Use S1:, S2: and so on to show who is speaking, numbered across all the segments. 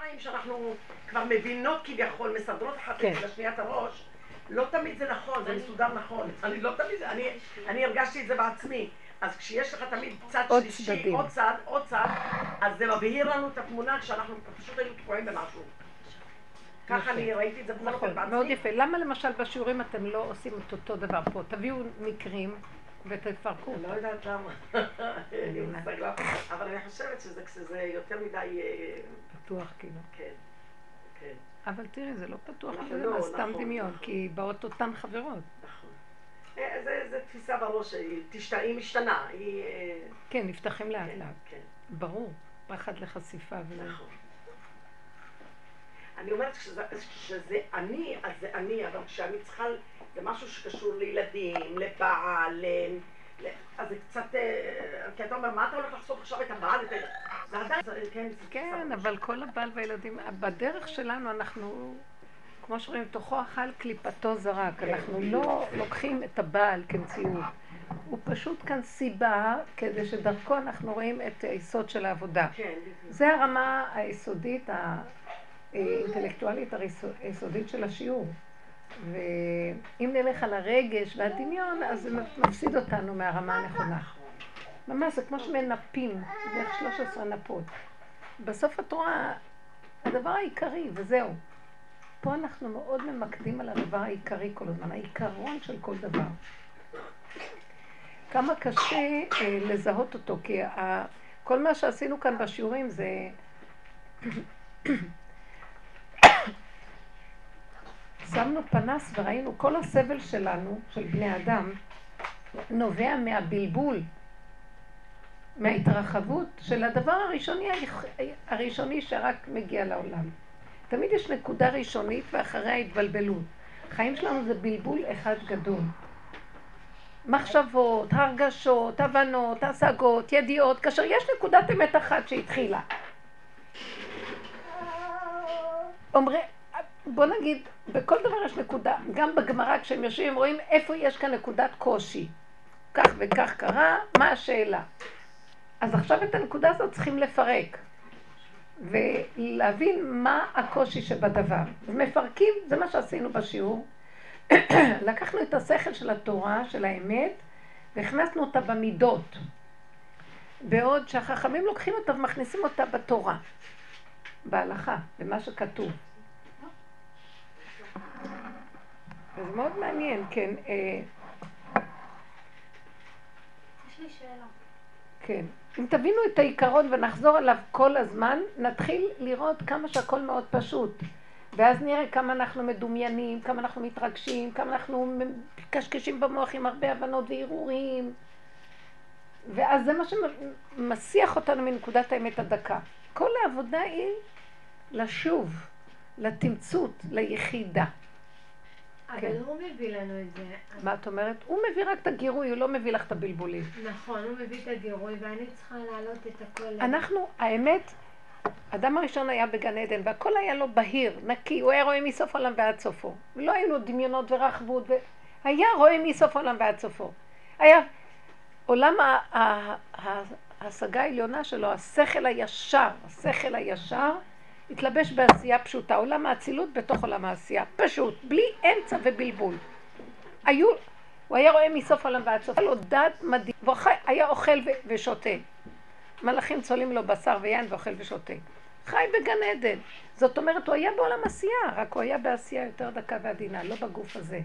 S1: 2 שאנחנו כבר מבינות כביכול, מסדרות אחת לשנייה את הראש, לא תמיד זה נכון, זה מסודר נכון. אני לא תמיד, אני הרגשתי את זה בעצמי. אז כשיש לך תמיד צד שלישי, עוד צד, אז זה מבהיר לנו את התמונה כשאנחנו פשוט היינו תקועים במשהו. ככה אני ראיתי את זה בכל אופן בעצמי.
S2: מאוד יפה. למה למשל בשיעורים אתם לא עושים את אותו דבר פה? תביאו מקרים ותפרקו.
S1: אני לא יודעת למה. אבל אני חושבת שזה יותר מדי...
S2: פתוח כאילו.
S1: כן, כן.
S2: אבל תראי, זה לא פתוח, זה סתם דמיון, כי באות אותן חברות.
S1: נכון. זה תפיסה בראש, היא משתנה.
S2: כן, נפתחים לאט לאט.
S1: כן.
S2: ברור, פחד לחשיפה ולא...
S1: נכון. אני אומרת שזה אני, אז זה אני, אבל כשאני צריכה, זה משהו שקשור לילדים, לבעל, אז זה קצת, כי אתה אומר, מה אתה הולך לחשוף עכשיו את הבעל? זה עדיין,
S2: כן, אבל כל הבעל והילדים, בדרך שלנו אנחנו, כמו שרואים, תוכו אכל קליפתו זרק, אנחנו לא לוקחים את הבעל כמציאות. הוא פשוט כאן סיבה כדי שדרכו אנחנו רואים את היסוד של העבודה. זה הרמה היסודית, האינטלקטואלית היסודית של השיעור. ואם נלך על הרגש והדמיון, אז זה מפסיד אותנו מהרמה הנכונה. ממש, זה כמו שמנפים, דרך 13 נפות. בסוף התורה, הדבר העיקרי, וזהו. פה אנחנו מאוד ממקדים על הדבר העיקרי כל הזמן, העיקרון של כל דבר. כמה קשה לזהות אותו, כי כל מה שעשינו כאן בשיעורים זה... שמנו פנס וראינו כל הסבל שלנו, של בני אדם, נובע מהבלבול, מההתרחבות של הדבר הראשוני שרק מגיע לעולם. תמיד יש נקודה ראשונית ואחריה התבלבלות. החיים שלנו זה בלבול אחד גדול. מחשבות, הרגשות, הבנות, השגות, ידיעות, כאשר יש נקודת אמת אחת שהתחילה. בוא נגיד, בכל דבר יש נקודה, גם בגמרא כשהם יושבים, רואים איפה יש כאן נקודת קושי. כך וכך קרה, מה השאלה? אז עכשיו את הנקודה הזאת צריכים לפרק, ולהבין מה הקושי שבדבר. אז מפרקים, זה מה שעשינו בשיעור. לקחנו את השכל של התורה, של האמת, והכנסנו אותה במידות. בעוד שהחכמים לוקחים אותה ומכניסים אותה בתורה, בהלכה, במה שכתוב. זה מאוד מעניין, כן.
S3: יש לי שאלה.
S2: כן. אם תבינו את העיקרון ונחזור עליו כל הזמן, נתחיל לראות כמה שהכל מאוד פשוט. ואז נראה כמה אנחנו מדומיינים, כמה אנחנו מתרגשים, כמה אנחנו קשקשים במוח עם הרבה הבנות והרהורים. ואז זה מה שמסיח אותנו מנקודת האמת הדקה. כל העבודה היא לשוב, לתמצות, ליחידה.
S3: אבל הוא מביא לנו את זה.
S2: מה את אומרת? הוא מביא רק את הגירוי, הוא לא מביא לך את הבלבולים.
S3: נכון, הוא מביא את הגירוי, ואני צריכה להעלות את הכל.
S2: אנחנו, האמת, אדם הראשון היה בגן עדן, והכל היה לו בהיר, נקי, הוא היה רואה מסוף עולם ועד סופו. ולא היו לו דמיונות ורחבות, היה רואה מסוף עולם ועד סופו. היה עולם ההשגה העליונה שלו, השכל הישר, התלבש בעשייה פשוטה, עולם האצילות בתוך עולם העשייה, פשוט, בלי אמצע ובלבול. הוא היה רואה מסוף עולם ועד סוף, היה לו דעת מדהים, היה אוכל ושותה. מלאכים צולים לו בשר ויין ואוכל ושותה. חי בגן עדן. זאת אומרת, הוא היה בעולם עשייה, רק הוא היה בעשייה יותר דקה ועדינה, לא בגוף הזה.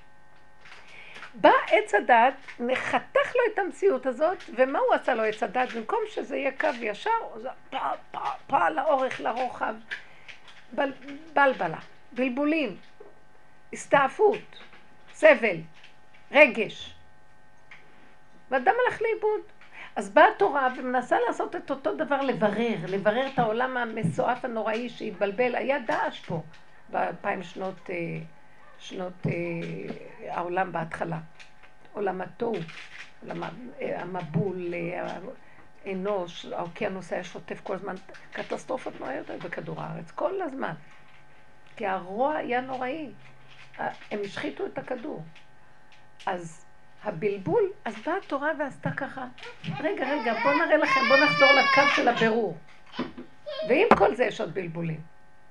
S2: בא עץ הדת, נחתך לו את המציאות הזאת, ומה הוא עשה לו עץ הדת? במקום שזה יהיה קו ישר, זה פה לאורך, לרוחב, בלבלה, בלבולים, הסתעפות, סבל, רגש. ואדם הלך לאיבוד. אז באה התורה ומנסה לעשות את אותו דבר, לברר את העולם המסועף הנוראי שהתבלבל. היה דאעש פה ב2000 שנות העולם בהתחלה. עולם התוהו, עולם המבול, האנוש, האוקיינוס היה שוטף כל הזמן, קטסטרופות נוראיות בכדור הארץ, כל הזמן. כי הרוע היה נוראי. הם השחיתו את הכדור. אז הבלבול, אז באה התורה ועשתה ככה. רגע, בוא נראה לכם, בוא נחזור לקו של הבירור. ועם כל זה יש עוד בלבולים.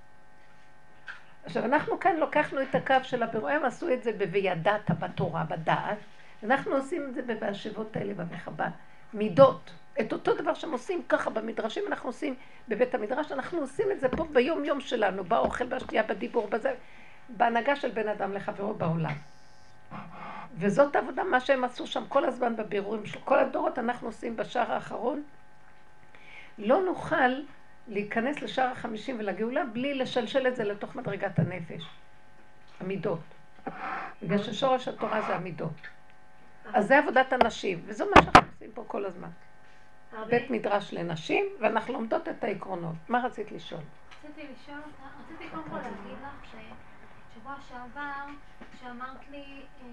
S2: עכשיו, אנחנו כאן לקחנו את הקו של הבירור, הם עשו את זה ב"וידעת" בתורה, בדעת, ואנחנו עושים את זה בהשבות האלה במחבה, מידות. את אותו דבר שהם עושים ככה במדרשים, אנחנו עושים בבית המדרש, אנחנו עושים את זה פה ביום יום שלנו, באוכל, בשתייה, בדיבור, בזה, בהנהגה של בן אדם לחברו בעולם. וזאת העבודה, מה שהם עשו שם כל הזמן בבירורים של כל הדורות, אנחנו עושים בשער האחרון. לא נוכל להיכנס לשער 50 ולגאולה בלי לשלשל את זה לתוך מדרגת הנפש. המידות. בגלל ששורש התורה זה המידות. אז זה עבודת הנשים, וזו מה שאנחנו עושים פה כל הזמן. בית מדרש לנשים, ואנחנו לומדות את העקרונות. מה רצית לשאול?
S3: רציתי קודם כל להגיד לך ששבוע שעבר, שאמרת לי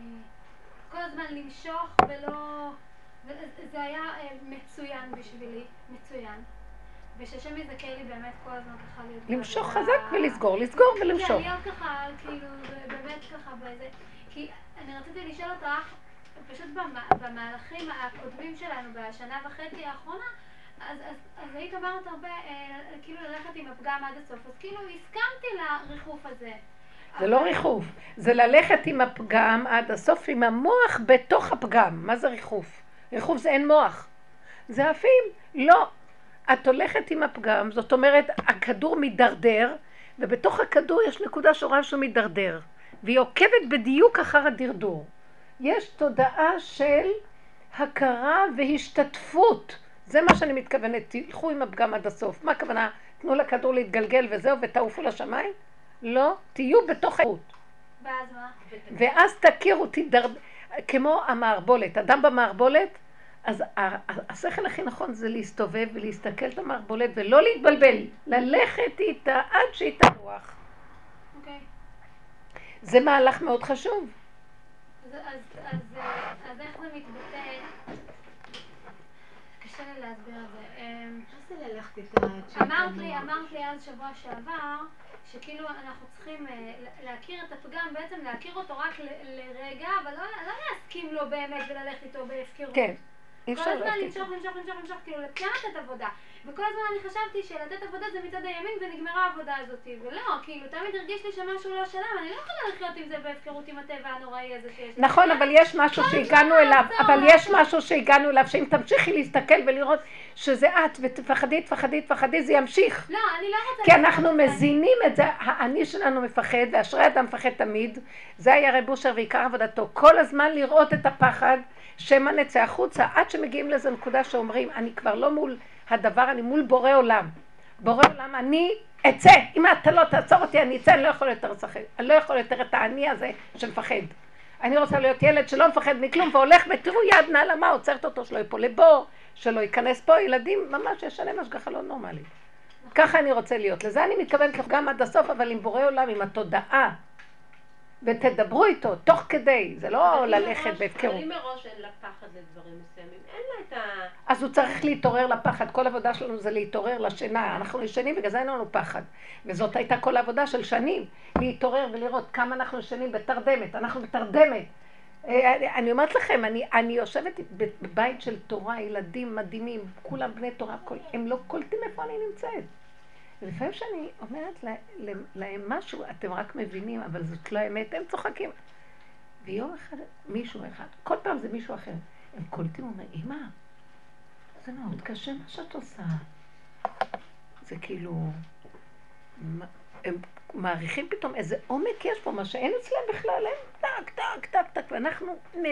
S3: כל הזמן למשוך ולא... זה היה מצוין בשבילי, מצוין. וששם יזכה לי באמת כל הזמן ככה להיות...
S2: למשוך חזק ולסגור, לסגור ולמשוך.
S3: כן, להיות ככה, כאילו, באמת ככה באיזה... כי אני רציתי לשאול אותך, פשוט במהלכים הקודמים שלנו בשנה וחצי האחרונה, אז היית אומרת הרבה, כאילו ללכת עם הפגם עד הסוף, אז כאילו הסכמתי לריחוף הזה.
S2: זה לא ריחוף, זה ללכת עם הפגם עד הסוף, עם המוח בתוך הפגם. מה זה ריחוף? ריחוף זה אין מוח. זה עפים, לא. את הולכת עם הפגם, זאת אומרת, הכדור מדרדר, ובתוך הכדור יש נקודה שורה שהוא מדרדר, והיא עוקבת בדיוק אחר הדרדור. יש תודעה של הכרה והשתתפות. זה מה שאני מתכוונת, תלכו עם הפגם עד הסוף. מה הכוונה? תנו לכדור להתגלגל וזהו ותעופו לשמיים? לא, תהיו בתוך החוט.
S3: ואז מה?
S2: ואז תכירו, כמו המערבולת, אדם במערבולת, אז השכל הכי נכון זה להסתובב ולהסתכל את המערבולת ולא להתבלבל, ללכת איתה עד שהיא תנוח.
S3: אוקיי.
S2: זה מהלך מאוד חשוב.
S3: אז איך זה מתבטא? קשה לי להסביר את זה.
S4: מה זה ללכת איתה?
S3: אמרת לי אז שבוע שעבר, שכאילו אנחנו צריכים להכיר את הפגם, בעצם להכיר אותו רק לרגע, אבל לא להסכים לו באמת וללכת איתו בהפקרות.
S2: כן.
S3: כל הזמן למשוך, כאילו כן לתת עבודה. וכל הזמן אני חשבתי שלתת עבודה זה מצד הימין ונגמרה העבודה הזאת. ולא, כאילו תמיד הרגיש לי שמשהו לא שלם, אני לא יכולה לחיות עם זה בהפקרות עם הטבע הנוראי הזה שיש.
S2: נכון, אבל יש משהו שהגענו אליו, שאם תמשיכי להסתכל ולראות שזה את ותפחדי, זה ימשיך.
S3: לא, אני לא רוצה...
S2: כי אנחנו מזינים את זה, האני שלנו מפחד, ואשרי אדם מפחד תמיד. זה היה רב אושר ועיקר עבודתו. כל הזמן לראות את הפחד, שמה נצא החוצה, עד שמגיעים לזה נקודה שאומרים, אני כבר לא מול הדבר, אני מול בורא עולם. בורא עולם, אני אצא, אם אתה לא תעצור אותי, אני אצא, אני לא יכול יותר לשחק. אני לא יכול יותר את העני הזה שמפחד. אני רוצה להיות ילד שלא מפחד מכלום, והולך ותראו יד נעלה מה, עוצרת אותו, שלא ייפול לבור, שלא ייכנס פה, ילדים ממש יש עליהם השגחה לא נורמלית. ככה אני רוצה להיות. לזה אני מתכוונת גם עד הסוף, אבל עם בורא עולם, עם התודעה. ותדברו איתו, תוך כדי, זה לא ללכת בהפקרות.
S5: אבל אם מראש אין לה פחד לדברים מסוימים, אין לה את
S2: אז הוא צריך להתעורר לפחד, כל העבודה שלנו זה להתעורר לשינה, אנחנו ישנים בגלל זה אין לנו פחד. וזאת הייתה כל העבודה של שנים, להתעורר ולראות כמה אנחנו ישנים בתרדמת, אנחנו בתרדמת. אני אומרת לכם, אני יושבת בבית של תורה, ילדים מדהימים, כולם בני תורה, הם לא קולטים איפה אני נמצאת. ולפעמים שאני אומרת להם משהו, אתם רק מבינים, אבל זאת לא האמת, הם צוחקים. ויום אחד, מישהו אחד, כל פעם זה מישהו אחר, הם קולטים ואומרים, אמא, זה מאוד קשה מה שאת עושה. זה כאילו, הם מעריכים פתאום איזה עומק יש פה, מה שאין אצלם בכלל, הם טק, טק, טק, טק, ואנחנו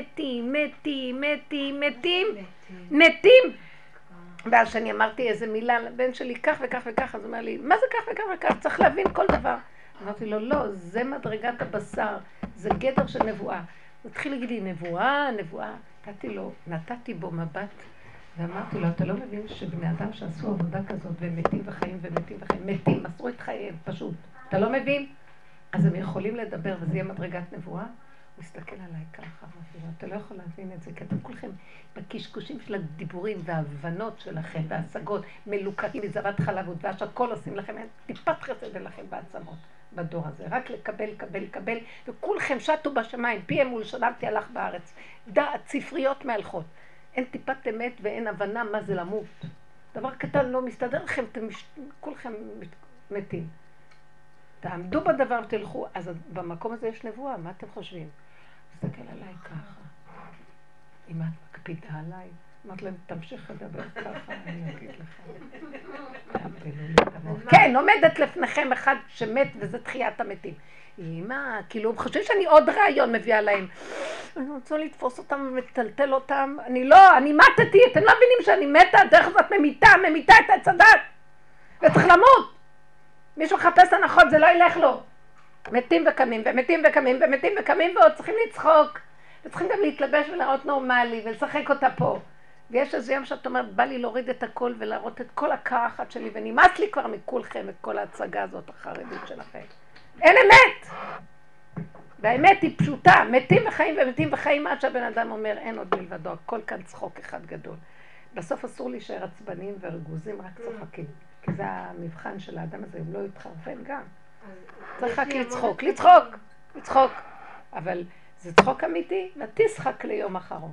S2: מתים. ואז שאני אמרתי איזה מילה לבן שלי, כך וכך וכך, אז הוא אומר לי, מה זה כך וכך וכך? צריך להבין כל דבר. אמרתי לו, לא, זה מדרגת הבשר, זה גדר של נבואה. הוא התחיל להגיד לי, נבואה. נתתי בו מבט, ואמרתי לו, אתה לא מבין שבני אדם שעשו עבודה כזאת, והם מתים וחיים, מתים, מסרו את חייהם, פשוט. אתה לא מבין? אז הם יכולים לדבר, וזה יהיה מדרגת נבואה. הוא הסתכל עליי ככה, אתה לא יכול להבין את זה, כי אתם כולכם בקשקושים של הדיבורים וההבנות שלכם וההשגות, מלוקקים מזבת חלב ודבש, הכל עושים לכם, טיפת חסד לכם בעצמות בדור הזה, רק לקבל, וכולכם שטו בשמיים, פיהם מול שלמתי הלך בארץ, דעת, ספריות מהלכות, אין טיפת אמת ואין הבנה מה זה למות, דבר קטן לא מסתדר לכם, כולכם מתים. תעמדו בדבר ותלכו, אז במקום הזה יש נבואה, מה אתם חושבים? תסתכל עליי ככה. אם את מקפידה עליי, אמרת להם, תמשיך לדבר ככה, אני אגיד לך. כן, עומדת לפניכם אחד שמת וזה תחיית המתים. אמא, כאילו, הם חושבים שאני עוד רעיון מביאה להם. אני רוצה לתפוס אותם ומטלטל אותם. אני מתתי, אתם לא מבינים שאני מתה, דרך זאת ממיתה את עץ הדת. וצריך למות. מישהו מחפש הנחות, זה לא ילך לו. מתים וקמים, ומתים וקמים, ומתים וקמים, ועוד צריכים לצחוק. וצריכים גם להתלבש ולראות נורמלי, ולשחק אותה פה. ויש איזה יום שאת אומרת, בא לי להוריד את הכל ולהראות את כל הקרחת שלי, ונמאס לי כבר מכולכם, את כל ההצגה הזאת החרדית שלכם. אין אמת! והאמת היא פשוטה, מתים וחיים ומתים וחיים עד שהבן אדם אומר, אין עוד מלבדו, הכל כאן צחוק אחד גדול. בסוף אסור להישאר עצבנים ורגוזים, רק צוחקים. כי זה המבחן של האדם הזה, אם לא יתחרפן גם. צריך רק לצחוק. אבל זה צחוק אמיתי, ותשחק ליום אחרון.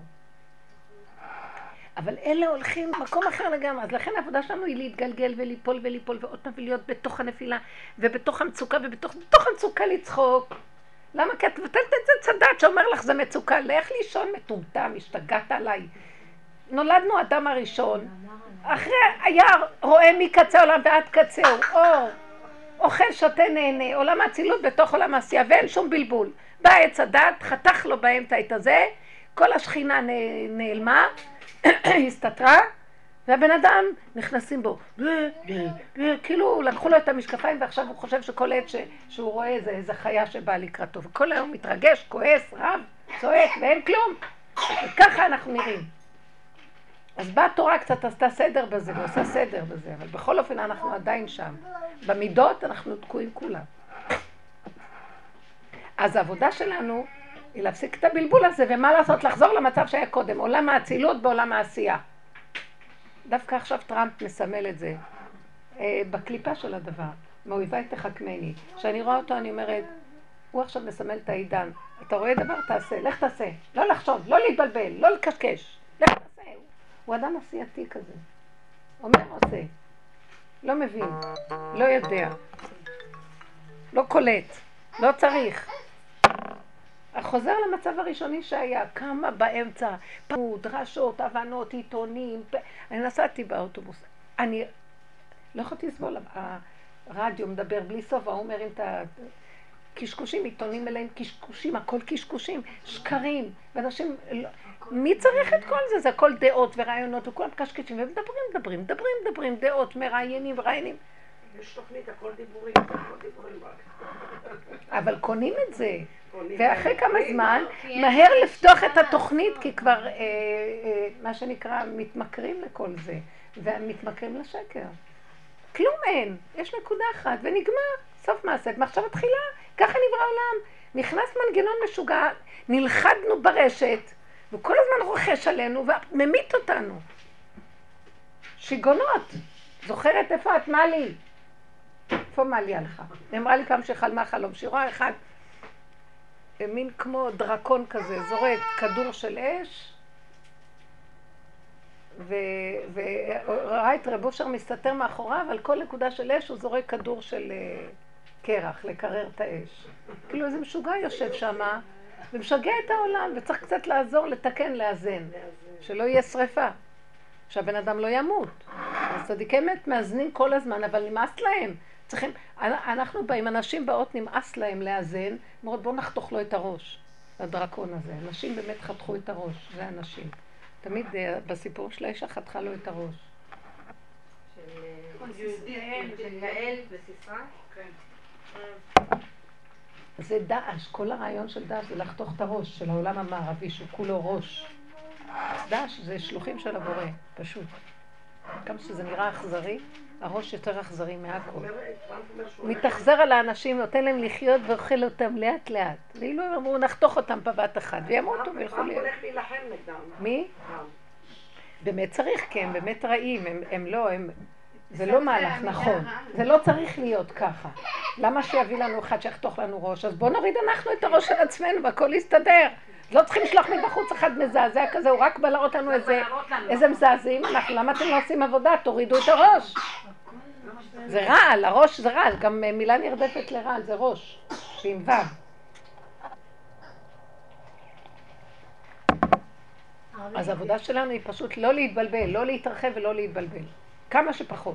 S2: אבל אלה הולכים במקום אחר לגמרי, אז לכן העבודה שלנו היא להתגלגל וליפול ועוד פעם ולהיות בתוך הנפילה ובתוך המצוקה ובתוך המצוקה לצחוק. למה? כי את מבטלת את זה צדת שאומר לך זה מצוקה, לך לישון מטומטם, השתגעת עליי. נולדנו אדם הראשון, אחרי היה רואה מקצה עולם ועד קצהו, אוכל שותה נהנה, עולם האצילות בתוך עולם העשייה ואין שום בלבול. בא עץ הדת, חתך לו באמצע את הזה, כל השכינה נעלמה, הסתתרה, והבן אדם נכנסים בו, כאילו לקחו לו את המשקפיים ועכשיו הוא חושב שכל עת שהוא רואה איזה חיה שבאה לקראתו, וכל היום מתרגש, כועס, רב, צועק ואין כלום, וככה אנחנו נראים. אז באה התורה קצת עשתה סדר בזה ועושה סדר בזה, אבל בכל אופן אנחנו עדיין שם. במידות אנחנו תקועים כולם. אז העבודה שלנו היא להפסיק את הבלבול הזה, ומה לעשות? לחזור למצב שהיה קודם, עולם האצילות בעולם העשייה. דווקא עכשיו טראמפ מסמל את זה, בקליפה של הדבר, מאויביי תחכמני. כשאני רואה אותו אני אומרת, הוא עכשיו מסמל את העידן. אתה רואה דבר? תעשה, לך תעשה. לא לחשוב, לא להתבלבל, לא לקשקש. לך תעשה. הוא אדם עשייתי כזה. אומר עושה. לא מבין, לא יודע, לא קולט, לא צריך. חוזר למצב הראשוני שהיה, כמה באמצע, דרשות, הבנות, עיתונים, אני נסעתי באוטובוס, אני לא יכולתי לסבול, הרדיו מדבר בלי סוף, הוא אומר את הקשקושים, עיתונים מלאים קשקושים, הכל קשקושים, שקרים, ואנשים, מי צריך את כל זה? זה הכל דעות ורעיונות, וכולם קשקשים, ומדברים, דעות, מראיינים.
S1: יש תוכנית, הכל דיבורים רק.
S2: אבל קונים את זה. ואחרי כמה זמן, מהר לפתוח את התוכנית, כי כבר, מה שנקרא, מתמכרים לכל זה, ומתמכרים לשקר. כלום אין, יש נקודה אחת, ונגמר, סוף מעשה, מחשבה תחילה, ככה נברא עולם. נכנס מנגנון משוגע, נלחדנו ברשת, וכל הזמן רוכש עלינו, וממית אותנו. שיגונות. זוכרת איפה את? מה לי? איפה מה לי הלכה? נאמרה לי פעם שחלמה חלום, שהיא אחד, מין כמו דרקון כזה, זורק כדור של אש, וראה את רב אושר מסתתר מאחוריו, על כל נקודה של אש הוא זורק כדור של קרח, לקרר את האש. כאילו איזה משוגע יושב שם, ומשגע את העולם, וצריך קצת לעזור, לתקן, לאזן, שלא יהיה שריפה, שהבן אדם לא ימות. אז צדיקי אמת מאזנים כל הזמן, אבל נמאס להם. אנחנו באים, אנשים באות נמאס להם לאזן, אומרות בואו נחתוך לו את הראש, הדרקון הזה. אנשים באמת חתכו את הראש, זה אנשים. תמיד בסיפור של האישה חתכה לו את הראש.
S5: של יעל וסיסרא? כן.
S2: זה דאעש, כל הרעיון של דאעש זה לחתוך את הראש של העולם המערבי שהוא כולו ראש. דאעש זה שלוחים של הבורא, פשוט. כמה שזה נראה אכזרי, הראש יותר אכזרי מהכל. הוא מתאכזר על האנשים, נותן להם לחיות ואוכל אותם לאט לאט. ואילו הם אמרו, נחתוך אותם בבת אחת, וימותו וילכו להיות.
S1: הולך להילחם נגדם.
S2: מי? באמת צריך, כי הם באמת רעים, הם לא, זה לא מהלך נכון. זה לא צריך להיות ככה. למה שיביא לנו אחד שיחתוך לנו ראש? אז בואו נוריד אנחנו את הראש של עצמנו והכל יסתדר. לא צריכים לשלוח מבחוץ אחד מזעזע כזה, הוא רק בא להראות לנו איזה מזעזעים אנחנו. למה אתם לא עושים עבודה? תורידו את הראש. זה רעל, הראש זה רעל, גם מילה נרדפת לרעל, זה ראש, ועם וו. אז העבודה שלנו היא פשוט לא להתבלבל, לא להתרחב ולא להתבלבל. כמה שפחות.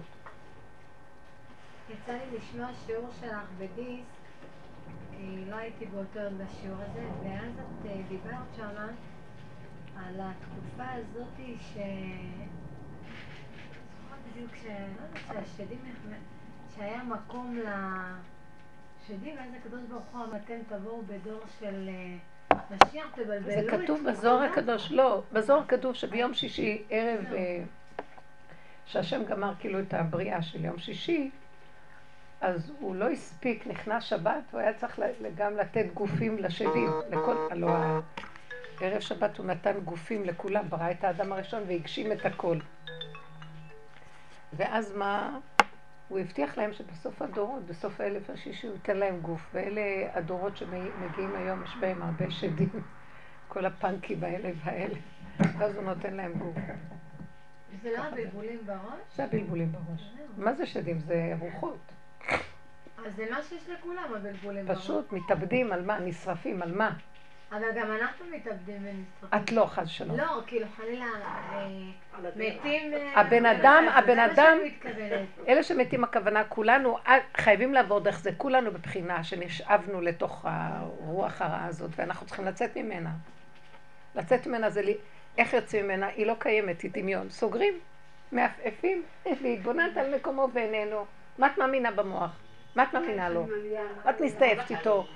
S4: יצא לי לשמוע שיעור שלך בדיס, לא הייתי באותו יום בשיעור הזה, ואז את דיברת שמה על התקופה הזאת זוכרת בדיוק שהשדים, שהיה מקום לשדים, ואז הקדוש ברוך הוא אתם תבואו בדור של משיח, תבלבלו את
S2: זה כתוב בזוהר הקדוש, לא, בזוהר כתוב שביום שישי ערב, שהשם גמר כאילו את הבריאה של יום שישי, אז הוא לא הספיק, נכנס שבת, הוא היה צריך גם לתת גופים לשדים, הלוא ערב שבת הוא נתן גופים לכולם, ברא את האדם הראשון והגשים את הכל. ואז מה? הוא הבטיח להם שבסוף הדורות, בסוף האלף השישי, הוא ייתן להם גוף, ואלה הדורות שמגיעים היום, יש בהם הרבה שדים, כל הפנקים האלה והאלה, ואז הוא נותן להם גוף.
S4: זה לא הבלבולים בראש?
S2: זה הבלבולים בראש. מה זה שדים? זה רוחות.
S4: אז זה מה שיש לכולם, הבלבולים בראש.
S2: פשוט מתאבדים על מה? נשרפים על מה?
S4: אבל גם אנחנו מתאבדים ונשרפים.
S2: את לא, חס שלום.
S4: לא, כאילו חלילה מתים...
S2: הבן אדם, אלה שמתים הכוונה, כולנו חייבים לעבור דרך זה, כולנו בבחינה שנשאבנו לתוך הרוח הרעה הזאת, ואנחנו צריכים לצאת ממנה. לצאת ממנה זה לי, איך יוצאים ממנה? היא לא קיימת, היא דמיון. סוגרים, מעפעפים, להתבוננת על מקומו ואיננו. מה את מאמינה במוח? מה את מאמינה לו? את מסתעפת איתו.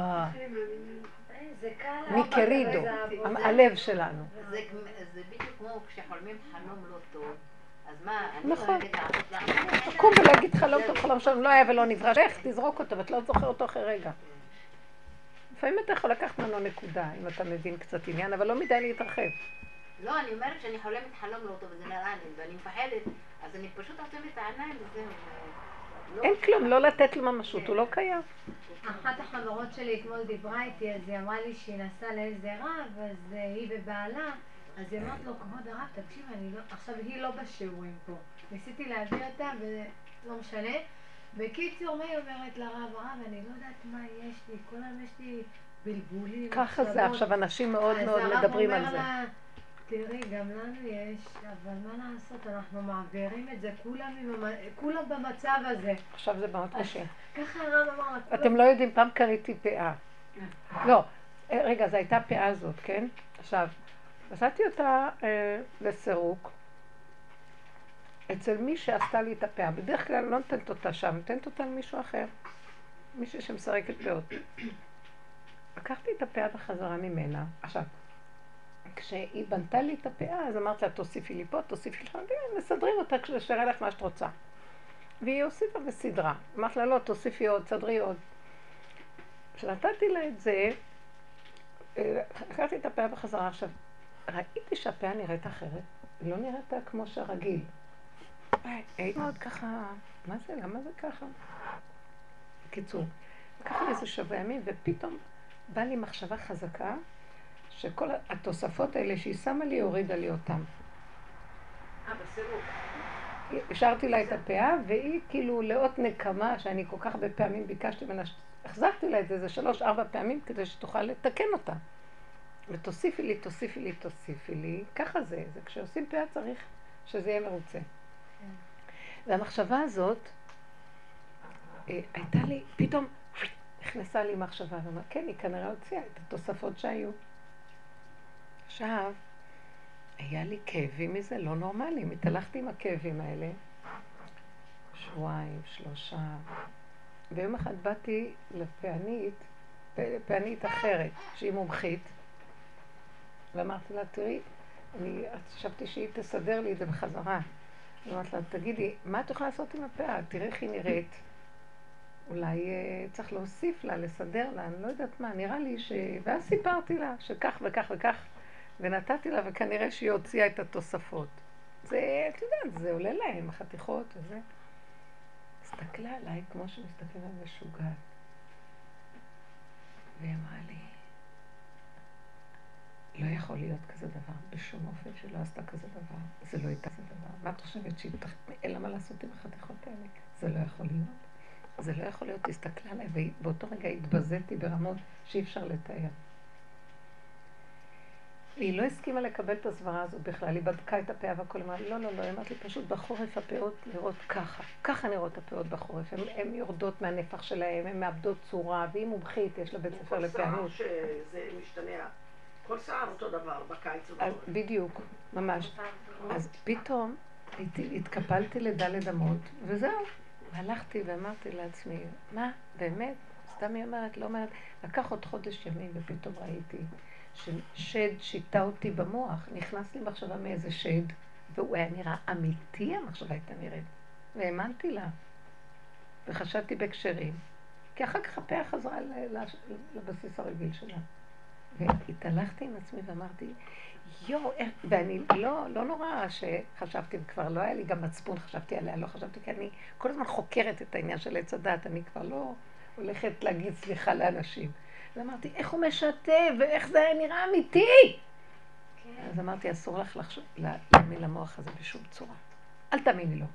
S2: מקרידו, הלב שלנו.
S5: זה בדיוק כמו כשחולמים חלום לא טוב. אז מה, אני
S2: נכון.
S5: אוהבת לעשות לך...
S2: תקום ולהגיד חלום טוב, חלום שלנו לא היה ולא נברא. איך תזרוק אותו ואת לא זוכר אותו אחרי רגע. לפעמים אתה יכול לקחת ממנו נקודה, אם אתה מבין קצת עניין, אבל לא מדי להתרחב.
S5: לא, אני אומרת שאני חולמת חלום לא טוב וזה נראה לי, ואני מפחדת, אז אני פשוט עוצמת את העיניים וזהו.
S2: אין כלום, לא לתת לו ממשות, הוא לא קיים.
S4: אחת החברות שלי אתמול דיברה איתי, אז היא אמרה לי שהיא נסעה לאיזה רב, אז היא ובעלה, אז היא אמרת לו, כבוד הרב, תקשיב, עכשיו היא לא בשיעורים פה. ניסיתי להביא אותה ולא משנה. בקיצור, מה היא אומרת לרב? הרב, אני לא יודעת מה יש לי, כל היום יש לי בלבולים.
S2: ככה זה, עכשיו אנשים מאוד מאוד מדברים על זה.
S4: אז הרב אומר לה, תראי, גם לנו יש, אבל מה לעשות, אנחנו מעבירים את זה, כולם במצב הזה.
S2: עכשיו זה מאוד קשה.
S4: ככה הרב אמר לה,
S2: אתם לא יודעים, פעם קניתי פאה. לא, רגע, זו הייתה פאה הזאת, כן? עכשיו, עשיתי אותה לסירוק אצל מי שעשתה לי את הפאה. בדרך כלל לא נותנת אותה שם, נותנת אותה למישהו אחר. מישהו שמסרק את פאות. לקחתי את הפאה בחזרה ממנה. עכשיו, כשהיא בנתה לי את הפאה, אז אמרת לה, תוסיפי לי פה, תוסיפי לך, מסדרים אותה כששרה לך מה שאת רוצה. והיא הוסיפה וסדרה. אמרת לה, לא, תוסיפי עוד, סדרי עוד. כשנתתי לה את זה, לקחתי את הפאה בחזרה. עכשיו, ראיתי שהפאה נראית אחרת, היא לא נראית כמו שהרגיל. הייתי מאוד ככה, מה זה, למה זה ככה? בקיצור, לקח לי איזה שבוע ימים, ופתאום בא לי מחשבה חזקה, שכל התוספות האלה שהיא שמה לי, הורידה לי אותם.
S1: בסירוב.
S2: השארתי לה את הפאה, והיא כאילו לאות נקמה, שאני כל כך הרבה פעמים ביקשתי ממנה, החזרתי לה את זה 3-4 פעמים, כדי שתוכל לתקן אותה. ותוסיפי לי, תוסיפי לי, תוסיפי לי. ככה זה כשעושים פאה צריך שזה יהיה מרוצה. והמחשבה הזאת, הייתה לי, פתאום נכנסה לי מחשבה, ואמרה, כן, היא כנראה הוציאה את התוספות שהיו. עכשיו, היה לי כאבים מזה לא נורמליים, התהלכתי עם הכאבים האלה, 2 3 שבועות, ויום אחד באתי לפענית אחרת, שהיא מומחית, ואמרתי לה, תראי, אני חשבתי שהיא תסדר לי את זה בחזרה. אמרתי לה, תגידי, מה את יכולה לעשות עם הפאה? תראי איך היא נראית. אולי צריך להוסיף לה, לסדר לה, אני לא יודעת מה, נראה לי ואז סיפרתי לה שכך וכך וכך, ונתתי לה, וכנראה שהיא הוציאה את התוספות. זה, את יודעת, זה עולה להם, החתיכות וזה. הסתכלה עליי כמו שמסתכלים על משוגעת. והיא אמרה לי, לא יכול להיות כזה דבר, בשום אופן שלא עשתה כזה דבר, זה לא הייתה כזה דבר. מה את חושבת שהיא אין לה מה לעשות עם החתיכות האלה? זה לא יכול להיות. זה לא יכול להיות, תסתכלה עליי, ובאותו רגע התבזיתי ברמות שאי אפשר לתאר. והיא לא הסכימה לקבל את הסברה הזאת בכלל, היא בדקה את הפאה והכל, אמרה, לא, לא, לא, היא אמרת לי פשוט בחורף הפאות נראות ככה, ככה נראות הפאות בחורף, הן יורדות מהנפח שלהן, הן מאבדות צורה, והיא מומחית, יש לה בית ספר לפענות.
S1: כל שיער שזה משתנה, כל שיער אותו דבר, בקיץ ובחורף.
S2: בדיוק, ממש. אז פתאום התקפלתי לדלת אמות, וזהו. והלכתי ואמרתי לעצמי, מה, באמת? סתם היא אומרת, לא אומרת, לקח עוד חודש ימים ופתאום ראיתי ששד שיטה אותי במוח, נכנס לי מחשבה מאיזה שד, והוא היה נראה אמיתי, המחשבה הייתה נראית. והאמנתי לה, וחשבתי בקשרים, כי אחר כך הפאה חזרה לבסיס הרגיל שלה. והתהלכתי עם עצמי ואמרתי, ואני לא נורא שחשבתי, וכבר לא היה לי גם מצפון, חשבתי עליה, לא חשבתי, כי אני כל הזמן חוקרת את העניין של עץ הדת, אני כבר לא הולכת להגיד סליחה לאנשים. ואמרתי, איך הוא משתף, ואיך זה נראה אמיתי? אז אמרתי, אסור לך להאמין למוח הזה בשום צורה. אל תאמיני לו.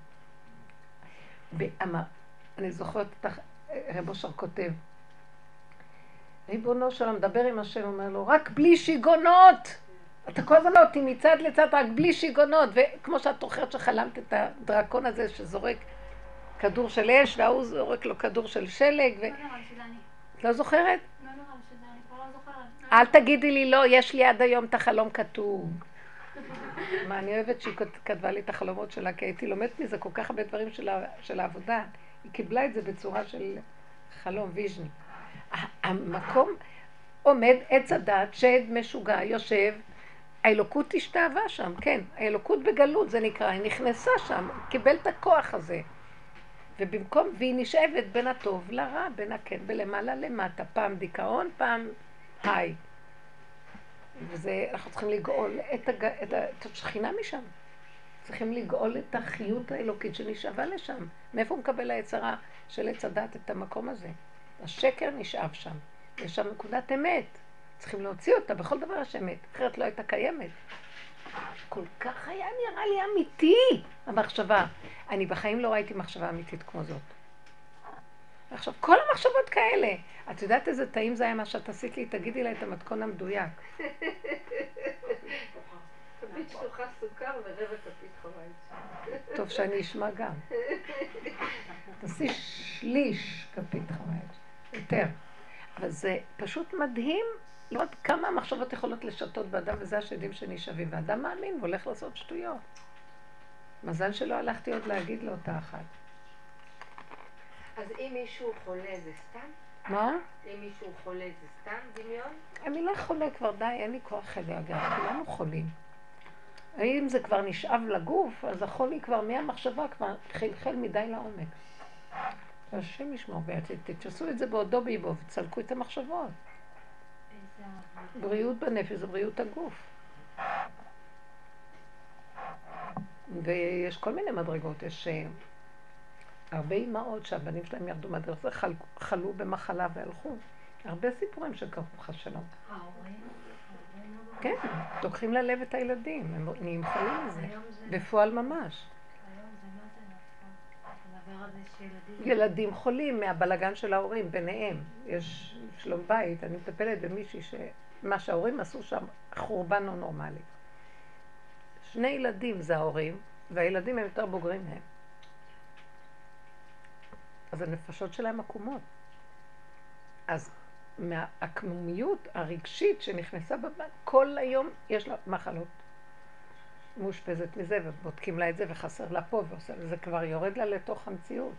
S2: אני זוכרת אותך, רב אושר כותב, ריבונו שלום, מדבר עם השם, אומר לו, רק בלי שיגונות! אתה כל הזמן אותי מצד לצד, רק בלי שיגונות, וכמו שאת זוכרת שחלמת את הדרקון הזה שזורק כדור של אש, והוא זורק לו כדור של שלג,
S3: לא נראה לי שזה אני.
S2: את לא זוכרת?
S3: לא נראה לי שזה אני, כבר לא זוכרת.
S2: אל תגידי לי לא, יש לי עד היום את החלום כתוב. מה, אני אוהבת שהיא כתבה לי את החלומות שלה, כי הייתי לומדת מזה כל כך הרבה דברים של העבודה. היא קיבלה את זה בצורה של חלום ויז'ני. המקום עומד עץ הדת, שד משוגע, יושב, האלוקות השתאבה שם, כן, האלוקות בגלות זה נקרא, היא נכנסה שם, קיבל את הכוח הזה. ובמקום, והיא נשאבת בין הטוב לרע, בין הכן ולמעלה למטה, פעם דיכאון, פעם היי. וזה, אנחנו צריכים לגאול את השכינה משם. צריכים לגאול את החיות האלוקית שנשאבה לשם. מאיפה הוא מקבל היצרה של עץ הדת את המקום הזה? השקר נשאב שם. יש שם נקודת אמת. צריכים להוציא אותה, בכל דבר יש אמת. אחרת לא הייתה קיימת. כל כך היה נראה לי אמיתי, המחשבה. אני בחיים לא ראיתי מחשבה אמיתית כמו זאת. עכשיו, כל המחשבות כאלה. את יודעת איזה טעים זה היה מה שאת עשית לי? תגידי לה את המתכון המדויק.
S4: כפית שלוחה סוכר ורבע כפית חמץ.
S2: טוב שאני אשמע גם. תעשי שליש כפית חמץ. יותר. אבל זה פשוט מדהים לראות כמה המחשבות יכולות לשתות באדם, וזה השדים שנשאבים. ואדם מאמין והולך לעשות שטויות. מזל שלא הלכתי עוד להגיד לו אותה אחת.
S4: אז אם מישהו חולה זה סתם?
S2: מה?
S4: אם מישהו חולה זה סתם דמיון?
S2: המילה חולה כבר די, אין לי כוח לדאגה, כולנו חולים. אם זה כבר נשאב לגוף, אז החולי כבר מהמחשבה כבר חלחל מדי לעומק. השם ישמור בעצם, תתפסו את זה בעודו ביבו וצלקו את המחשבות. בריאות בנפש זה בריאות הגוף. ויש כל מיני מדרגות, יש הרבה אימהות שהבנים שלהם ירדו מהדרך, זה חלו במחלה והלכו. הרבה סיפורים שקרו לך שלום. כן, לוקחים ללב את הילדים, הם נהיים חולים מזה, בפועל ממש. ילדים חולים מהבלגן של ההורים, ביניהם. יש שלום בית, אני מטפלת במישהי שמה שההורים עשו שם חורבן לא נורמלי. 2 ילדים זה ההורים, והילדים הם יותר בוגרים מהם. אז הנפשות שלהם עקומות. אז מהעקמומיות הרגשית שנכנסה בבית, כל היום יש לה מחלות. מאושפזת מזה ובודקים לה את זה וחסר לה פה ועושה, זה כבר יורד לה לתוך המציאות.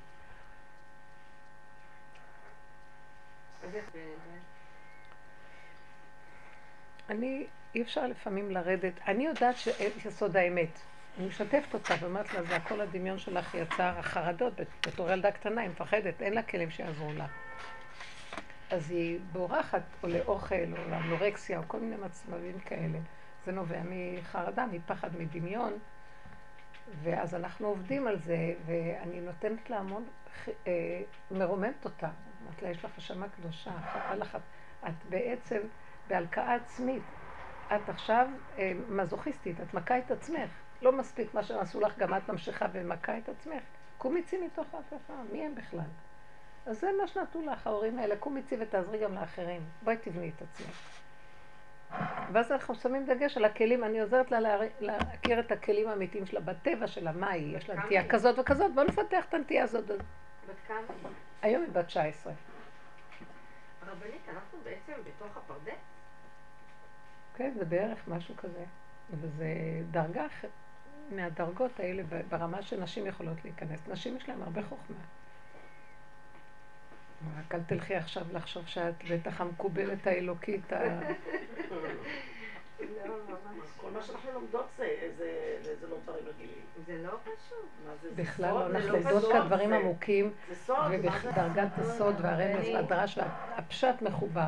S2: אי אפשר לפעמים לרדת, אני יודעת שיסוד האמת. אני משתפת אותה ואומרת לה, זה הכל הדמיון שלך יצר, החרדות, בתור ילדה קטנה, היא מפחדת, אין לה כלים שיעזרו לה. אז היא בורחת, או לאוכל, או לאנורקסיה, או כל מיני מצבים כאלה. זה נובע מחרדה, מפחד, מדמיון, ואז אנחנו עובדים על זה, ואני נותנת לה המון, מרוממת אותה. אמרת לה, יש לך נשמה קדושה, את בעצם בהלקאה עצמית. את עכשיו מזוכיסטית, את מכה את עצמך. לא מספיק מה שהם עשו לך, גם את ממשיכה ומכה את עצמך. קומי צי מתוך ההפכה, מי הם בכלל? אז זה מה שנתנו לך, ההורים האלה, קומי צי ותעזרי גם לאחרים. בואי תבני את עצמך. ואז אנחנו שמים דגש על הכלים, אני עוזרת לה להכיר את הכלים האמיתיים שלה, בטבע שלה, מה היא? יש לה נטייה כזאת וכזאת, בוא נפתח את הנטייה הזאת.
S5: בת כמה?
S2: היום היא בת 19.
S5: הרבנית, אנחנו בעצם בתוך הפרדס?
S2: כן, זה בערך משהו כזה. וזה דרגה מהדרגות האלה ברמה שנשים יכולות להיכנס. נשים יש להן הרבה חוכמה. רק אל תלכי עכשיו לחשוב שאת בטח המקובלת האלוקית.
S1: כל מה שאנחנו לומדות זה לא דברים רגילים.
S5: זה לא פשוט.
S2: בכלל לא, אנחנו לומדות כאן דברים עמוקים, ובדרגת הסוד והרמז והדרש והפשט מחובר.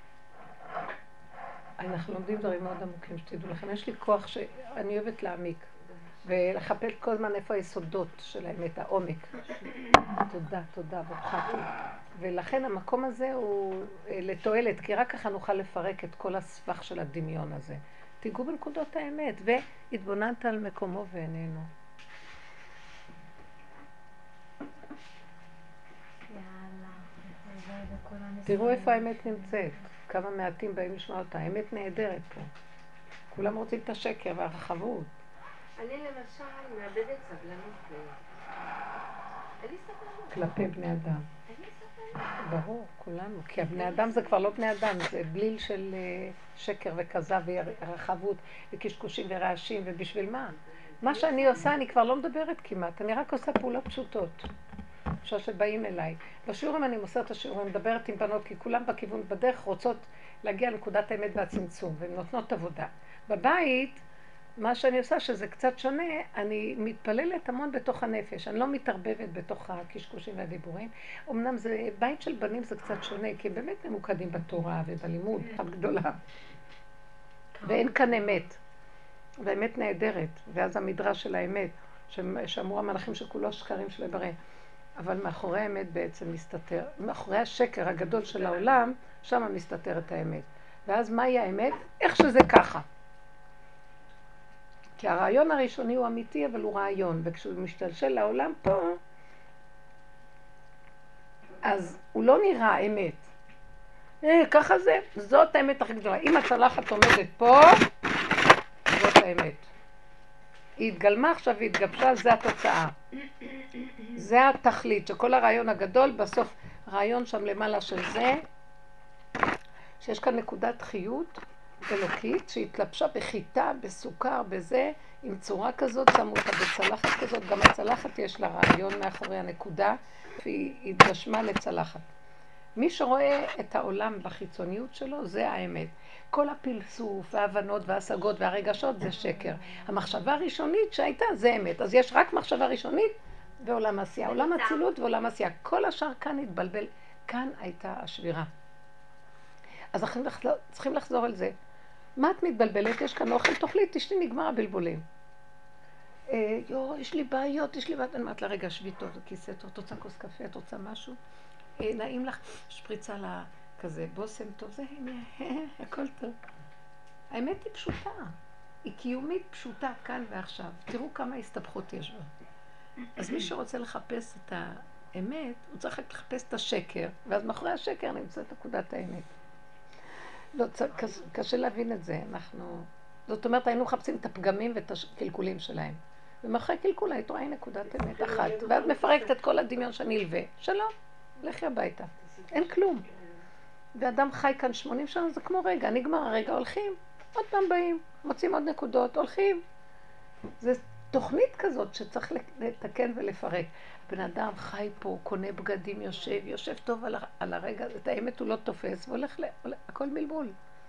S2: אנחנו לומדים דברים מאוד עמוקים, שתדעו לכם. יש לי כוח שאני אוהבת להעמיק, ולחפש כל הזמן איפה היסודות של האמת, העומק. תודה, תודה, ובחרתי. ולכן המקום הזה הוא לתועלת, כי רק ככה נוכל לפרק את כל הסבך של הדמיון הזה. תיגעו בנקודות האמת, והתבוננת על מקומו ואיננו. תראו איפה האמת נמצאת. כמה מעטים באים לשמוע אותה. האמת נהדרת פה. כולם רוצים את השקר והרחבות.
S5: אני למשל מאבדת סבלנות. אין לי סבלנות.
S2: כלפי בני אדם.
S5: אין לי סבלנות.
S2: ברור, כולנו. כי הבני אדם זה כבר לא בני אדם, זה בליל של שקר וכזב והרחבות וקשקושים ורעשים, ובשביל מה? מה שאני עושה, אני כבר לא מדברת כמעט. אני רק עושה פעולות פשוטות. אפשר שבאים אליי. בשיעורים אני מוסרת את השיעורים, מדברת עם בנות, כי כולם בכיוון בדרך רוצות להגיע לנקודת האמת והצמצום, והן נותנות עבודה. בבית, מה שאני עושה, שזה קצת שונה, אני מתפללת המון בתוך הנפש, אני לא מתערבבת בתוך הקשקושים והדיבורים. אמנם זה, בית של בנים זה קצת שונה, כי הם באמת ממוקדים בתורה ובלימוד הגדולה. ואין כאן אמת, והאמת נהדרת, ואז המדרש של האמת, שאמרו המלאכים שכולו שקרים שלו ברא. אבל מאחורי האמת בעצם מסתתר, מאחורי השקר הגדול של העולם, שם מסתתרת האמת. ואז מהי האמת? איך שזה ככה. כי הרעיון הראשוני הוא אמיתי, אבל הוא רעיון, וכשהוא משתלשל לעולם פה, אז הוא לא נראה אמת. ככה זה, זאת האמת הכי גדולה. אם הצלחת עומדת פה, זאת האמת. היא התגלמה עכשיו והתגבשה, זה התוצאה. זה התכלית, שכל הרעיון הגדול, בסוף רעיון שם למעלה של זה, שיש כאן נקודת חיות אלוקית, שהתלבשה בחיטה, בסוכר, בזה, עם צורה כזאת, שמו אותה בצלחת כזאת, גם הצלחת יש לה רעיון מאחורי הנקודה, והיא התגשמה לצלחת. מי שרואה את העולם בחיצוניות שלו, זה האמת. כל הפלסוף וההבנות וההשגות והרגשות זה שקר. המחשבה הראשונית שהייתה זה אמת. אז יש רק מחשבה ראשונית ועולם עשייה. עולם הצילות ועולם עשייה. כל השאר כאן התבלבל. כאן הייתה השבירה. אז אנחנו צריכים לחזור על זה. מה את מתבלבלת? יש כאן אוכל, תאכלי, תשתי, נגמר הבלבולים. יש לי בעיות, אני אומרת לה, רגע, שבי טוב, כיסא טוב, את רוצה כוס קפה, את רוצה משהו? נעים לך, שפריצה לה כזה, בוסם טוב, זה הכל טוב. האמת היא פשוטה, היא קיומית פשוטה כאן ועכשיו. תראו כמה הסתבכות יש בה. אז מי שרוצה לחפש את האמת, הוא צריך לחפש את השקר, ואז מאחורי השקר נמצא את נקודת האמת. לא, קשה להבין את זה, זאת אומרת, היינו מחפשים את הפגמים ואת הקלקולים שלהם. ומאחורי קלקול היית רואה נקודת אמת אחת, ואת מפרקת את כל הדמיון שנלווה. שלום, לכי הביתה. אין כלום. ואדם חי כאן 80 שנה, זה כמו רגע, נגמר הרגע, הולכים, עוד פעם באים, מוצאים עוד נקודות, הולכים. זה תוכנית כזאת שצריך לתקן ולפרק. בן אדם חי פה, קונה בגדים, יושב טוב על הרגע, את האמת הוא לא תופס, והולך הכל מלבול.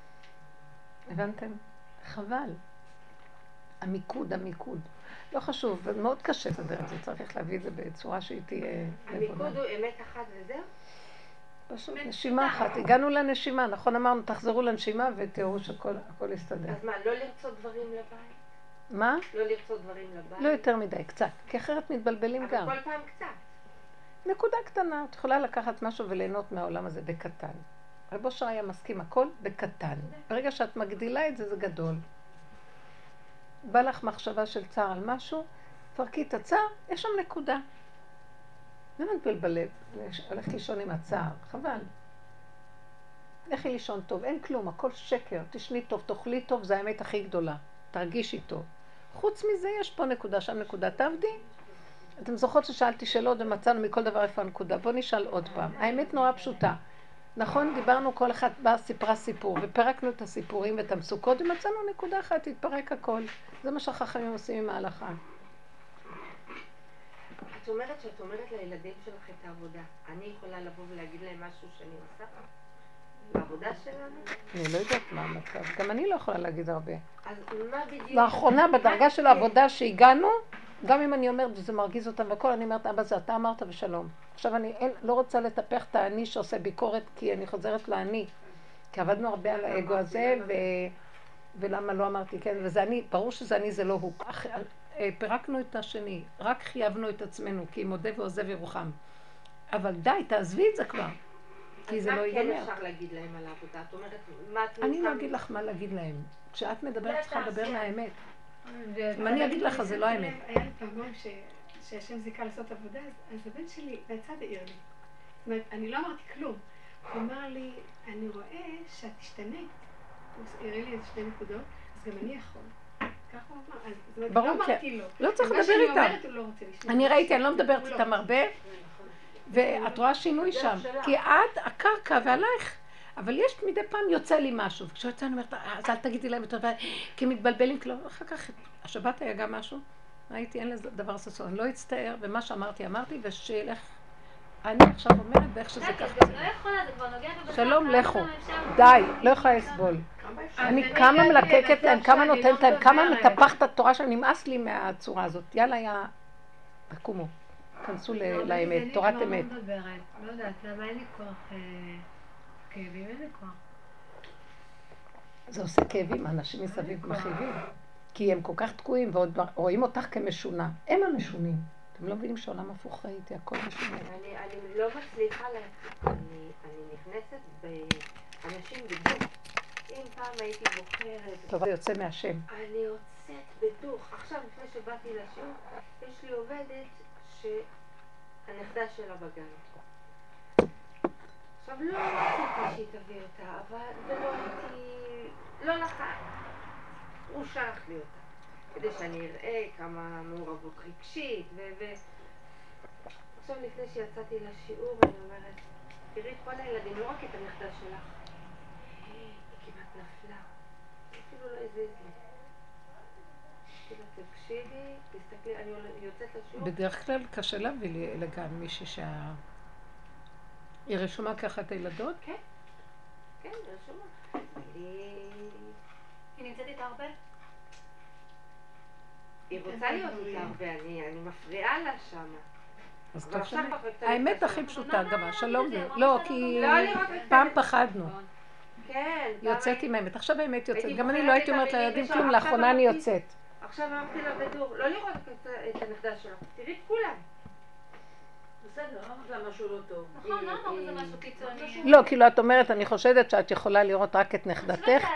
S2: הבנתם? חבל. המיקוד. לא חשוב, מאוד קשה לדבר את זה, צריך להביא את זה בצורה שהיא תהיה
S5: המיקוד הוא אמת אחת וזהו?
S2: פשוט נשימה אחת. הגענו לנשימה, נכון אמרנו, תחזרו לנשימה ותראו שהכל יסתדר.
S5: אז מה, לא לרצות דברים לבית?
S2: מה?
S5: לא לרצות דברים לבית?
S2: לא יותר מדי, קצת, כי אחרת מתבלבלים גם.
S5: אבל כל פעם קצת.
S2: נקודה קטנה, את יכולה לקחת משהו וליהנות מהעולם הזה בקטן. רב אושר היה מסכים הכל בקטן. ברגע שאת מגדילה את זה, זה גדול. בא לך מחשבה של צער על משהו, תפרקי את הצער, יש שם נקודה. למה את בלבלב? הולך לישון עם הצער, חבל. לכי לישון טוב, אין כלום, הכל שקר. תשני טוב, תאכלי טוב, זה האמת הכי גדולה. תרגישי טוב. חוץ מזה יש פה נקודה, שם נקודה, תעבדי. אתם זוכרות ששאלתי שאלות ומצאנו מכל דבר איפה הנקודה. בואו נשאל עוד פעם. האמת נורא פשוטה. נכון, דיברנו, כל אחד בא, סיפרה סיפור, ופרקנו את הסיפורים ואת המצוקות, ומצאנו נקודה אחת, התפרק הכל. זה מה שהחכמים עושים עם ההלכה.
S6: את אומרת שאת אומרת לילדים שלך את העבודה. אני יכולה לבוא ולהגיד להם משהו שאני עושה? בעבודה שלנו?
S2: אני לא יודעת מה המצב. גם אני לא יכולה להגיד הרבה.
S6: אז מה בדיוק?
S2: לאחרונה, בדרגה של העבודה שהגענו, גם אם אני אומרת, וזה מרגיז אותם וכל, אני אומרת, אבא זה אתה אמרת ושלום. עכשיו אני לא רוצה לטפח את האני שעושה ביקורת, כי אני חוזרת לאני. כי עבדנו הרבה על האגו הזה, ולמה לא אמרתי כן, וזה אני, ברור שזה אני, זה לא הוא. פירקנו את השני, רק חייבנו את עצמנו, כי מודה ועוזב ירוחם. אבל די, תעזבי את זה כבר. כי זה לא ייגמר.
S6: אז מה כן אפשר להגיד להם על העבודה? את אומרת, מה את
S2: אני לא אגיד לך מה להגיד להם. כשאת מדברת, צריכה לדבר מהאמת. אם אני אגיד לך, זה לא האמת.
S7: היה לי פעמיים שהשם זיכה לעשות עבודה, אז הבן שלי מהצד העיר לי. זאת אומרת, אני לא אמרתי כלום. הוא אמר לי, אני רואה שאת תשתנית. הוא הראה לי איזה 2 נקודות, אז גם אני יכול. ככה הוא אמר. זאת אומרת, לא אמרתי לו.
S2: לא צריך לדבר איתם.
S7: מה שאני אומרת, הוא לא רוצה לשמוע.
S2: אני ראיתי, אני לא מדברת איתם הרבה, ואת רואה שינוי שם. כי את, הקרקע ועלייך, אבל יש מדי פעם יוצא לי משהו. וכשהוא אני אומרת, אז אל תגידי להם יותר, כי מתבלבלים, אחר כך, השבת היה גם משהו, ראיתי, אין לזה דבר ססון, אני לא אצטער, ומה שאמרתי, אמרתי, ושילך, אני עכשיו אומרת, ואיך שזה ככה.
S3: לא יכולה, זה כבר נוגע בבשר.
S2: שלום, לכו. די, לא יכולה לסבול. אני כמה מלקקת להם, כמה נותנת להם, כמה מטפחת את התורה שנמאס לי מהצורה הזאת. יאללה, יא... תקומו, כנסו לאמת, תורת אמת.
S4: לא יודעת, למה אין לי כוח כאבים, אין לי כוח.
S2: זה עושה כאבים, האנשים מסביב מכאיבים. כי הם כל כך תקועים ועוד רואים אותך כמשונה. הם המשונים. אתם לא מבינים שעולם הפוך ראיתי, הכל משונה.
S6: אני לא מצליחה להפסיק. אני נכנסת באנשים בדוק. אם פעם הייתי בוחרת...
S2: טוב, זה יוצא מהשם.
S6: אני יוצאת בדוך. עכשיו, לפני שבאתי לשיעור, יש לי עובדת שהנכדה שלה בגן. עכשיו, לא רציתי שהיא תביא אותה, אבל ולא הייתי... לא לך. הוא שלח לי אותה. כדי שאני אראה כמה מעורבות רגשית עכשיו לפני שיצאתי לשיעור אני אומרת תראי את כל הילדים, לא רק את הנכדה שלך היא כמעט נפלה אפילו לא הזיז לי תקשיבי, תסתכלי, אני יוצאת לשיעור
S2: בדרך כלל קשה להביא לי לגן מישהי היא רשומה ככה את הילדות?
S6: כן, כן, רשומה
S3: היא נמצאת איתה הרבה?
S6: היא רוצה להיות איתה הרבה, אני מפריעה לה שמה.
S2: אז טוב שאני... האמת הכי פשוטה גם, שלום זה. לא, כי
S6: לא
S2: פעם פחדנו.
S6: כן.
S2: יוצאת עם האמת. עכשיו האמת יוצאת. גם אני לא הייתי אומרת לילדים כלום, לאחרונה אני יוצאת.
S6: עכשיו אמרתי לה בדור, לא לראות את הנכדה שלך, תראי את כולם.
S1: בסדר, למה משהו לא טוב.
S3: נכון, לא אמרנו זה משהו קיצוני.
S2: לא, כאילו את אומרת, אני חושדת שאת יכולה לראות רק את נכדתך.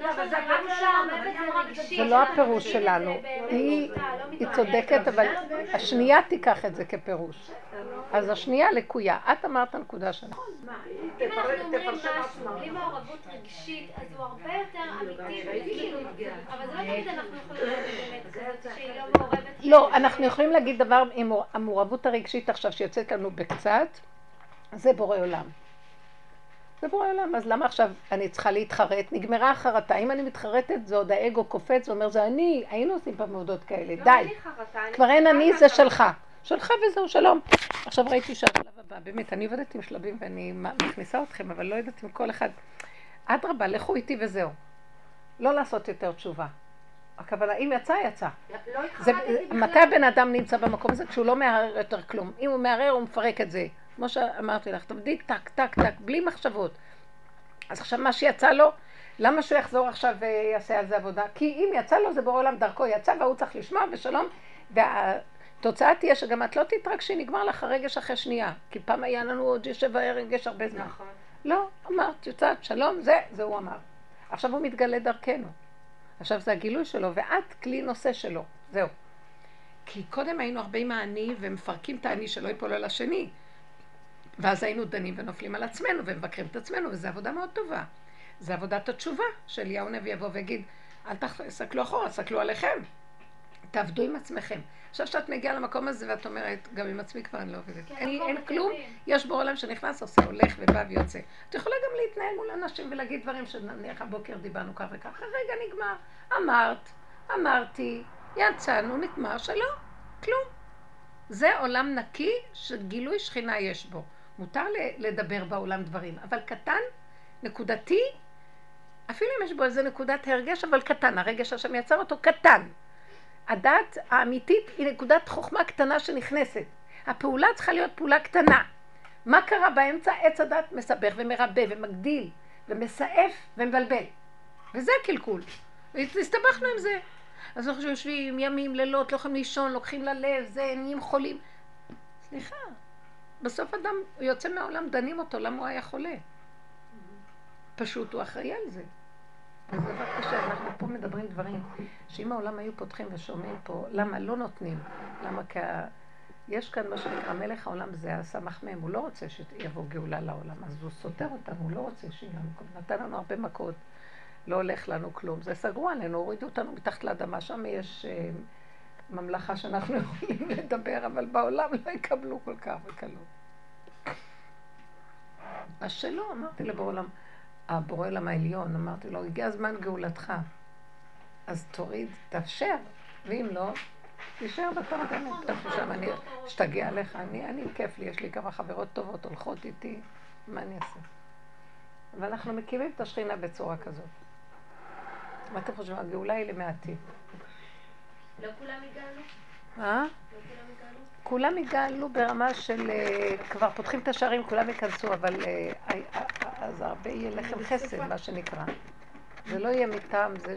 S2: זה לא הפירוש שלנו. היא צודקת, אבל השנייה תיקח את זה כפירוש. אז השנייה לקויה. את אמרת הנקודה שלך.
S3: אם אנחנו אומרים משהו בלי מעורבות רגשית, אז הוא הרבה יותר אמיתי, אבל זה לא תמיד אנחנו יכולים להגיד באמת כזאת שהיא לא מעורבת.
S2: לא, אנחנו יכולים להגיד דבר עם המעורבות הרגשית עכשיו שיוצאת לנו בקצת, זה בורא עולם. זה בורא עולם, אז למה עכשיו אני צריכה להתחרט? נגמרה החרטה. אם אני מתחרטת, זה עוד האגו קופץ ואומר, זה אני, היינו עושים פעם מעודות כאלה, די. כבר אין אני, זה שלך. שלך וזהו, שלום. עכשיו ראיתי שהשלב הבא, באמת, אני עובדת עם שלבים ואני מכניסה אתכם, אבל לא יודעת עם כל אחד. אדרבה, לכו איתי וזהו. לא לעשות יותר תשובה. הכוונה, אם יצא, יצא. מתי הבן אדם נמצא במקום הזה? כשהוא לא מערער יותר כלום. אם הוא מערער, הוא מפרק את זה. כמו שאמרתי לך, תבדי טק, טק, טק, בלי מחשבות. אז עכשיו מה שיצא לו, למה שהוא יחזור עכשיו ויעשה על זה עבודה? כי אם יצא לו, זה בורא עולם דרכו יצא, והוא צריך לשמוע ושלום. והתוצאה תהיה שגם את לא תתרגשי, נגמר לך הרגש אחרי שנייה. כי פעם היה לנו עוד 7 רגש הרבה זמן. לא, אמרת, יוצאת, שלום, זה הוא אמר. עכשיו הוא מתגלה דרכנו. עכשיו זה הגילוי שלו, ואת כלי נושא שלו. זהו. כי קודם היינו הרבה עם העני, ומפרקים את העני שלא ייפול על השני. ואז היינו דנים ונופלים על עצמנו, ומבקרים את עצמנו, וזו עבודה מאוד טובה. זו עבודת התשובה של אליהו הנביא יבוא ויגיד, אל תסתכלו אחורה, תסתכלו עליכם. תעבדו עם עצמכם. עכשיו שאת מגיעה למקום הזה ואת אומרת, גם עם עצמי כבר אני לא עובדת. אין כלום, יש בו עולם שנכנס, עושה, הולך ובא ויוצא. את יכולה גם להתנהל מול אנשים ולהגיד דברים שנניח הבוקר דיברנו כך וכך, רגע נגמר. אמרתי, יצאנו, נגמר, שלא, כלום. זה עולם נקי שגילוי שכינה יש בו. מותר לדבר בעולם דברים, אבל קטן, נקודתי, אפילו אם יש בו איזה נקודת הרגש, אבל קטן, הרגש השם יצר אותו קטן. הדעת האמיתית היא נקודת חוכמה קטנה שנכנסת. הפעולה צריכה להיות פעולה קטנה. מה קרה באמצע? עץ הדת מסבך ומרבה ומגדיל ומסעף ומבלבל. וזה הקלקול. והסתבכנו עם זה. אז אנחנו יושבים ימים, לילות, לא יכולים לישון, לוקחים ללב, זה, נהיים חולים. סליחה. בסוף אדם יוצא מהעולם, דנים אותו, למה הוא היה חולה? פשוט הוא אחראי על זה. זה דבר קשה, אנחנו פה מדברים דברים שאם העולם היו פותחים ושומעים פה, למה לא נותנים? למה יש כאן מה שנקרא מלך העולם זה הסמך מהם, הוא לא רוצה שיבוא גאולה לעולם, אז הוא סותר אותנו, הוא לא רוצה שיהיה לנו כלום, נתן לנו הרבה מכות, לא הולך לנו כלום, זה סגרו עלינו, הורידו אותנו מתחת לאדמה, שם יש ממלכה שאנחנו יכולים לדבר, אבל בעולם לא יקבלו כל כך בקלות. אז שלא, אמרתי לבורא עולם, הבורא עולם העליון, אמרתי לו, הגיע הזמן גאולתך, אז תוריד, תאפשר, ואם לא, תישאר בתור באמת, שם אני אשתגע עליך, אני כיף לי, יש לי כמה חברות טובות, הולכות איתי, מה אני אעשה? ואנחנו מקימים את השכינה בצורה כזאת. מה אתם חושבים? הגאולה היא למעטים.
S5: לא כולם יגאלו?
S2: אה?
S5: לא כולם יגאלו?
S2: כולם יגאלו ברמה של, כבר פותחים את השערים, כולם ייכנסו, אבל אז הרבה יהיה לכם חסד, מה שנקרא. זה לא יהיה מטעם, זה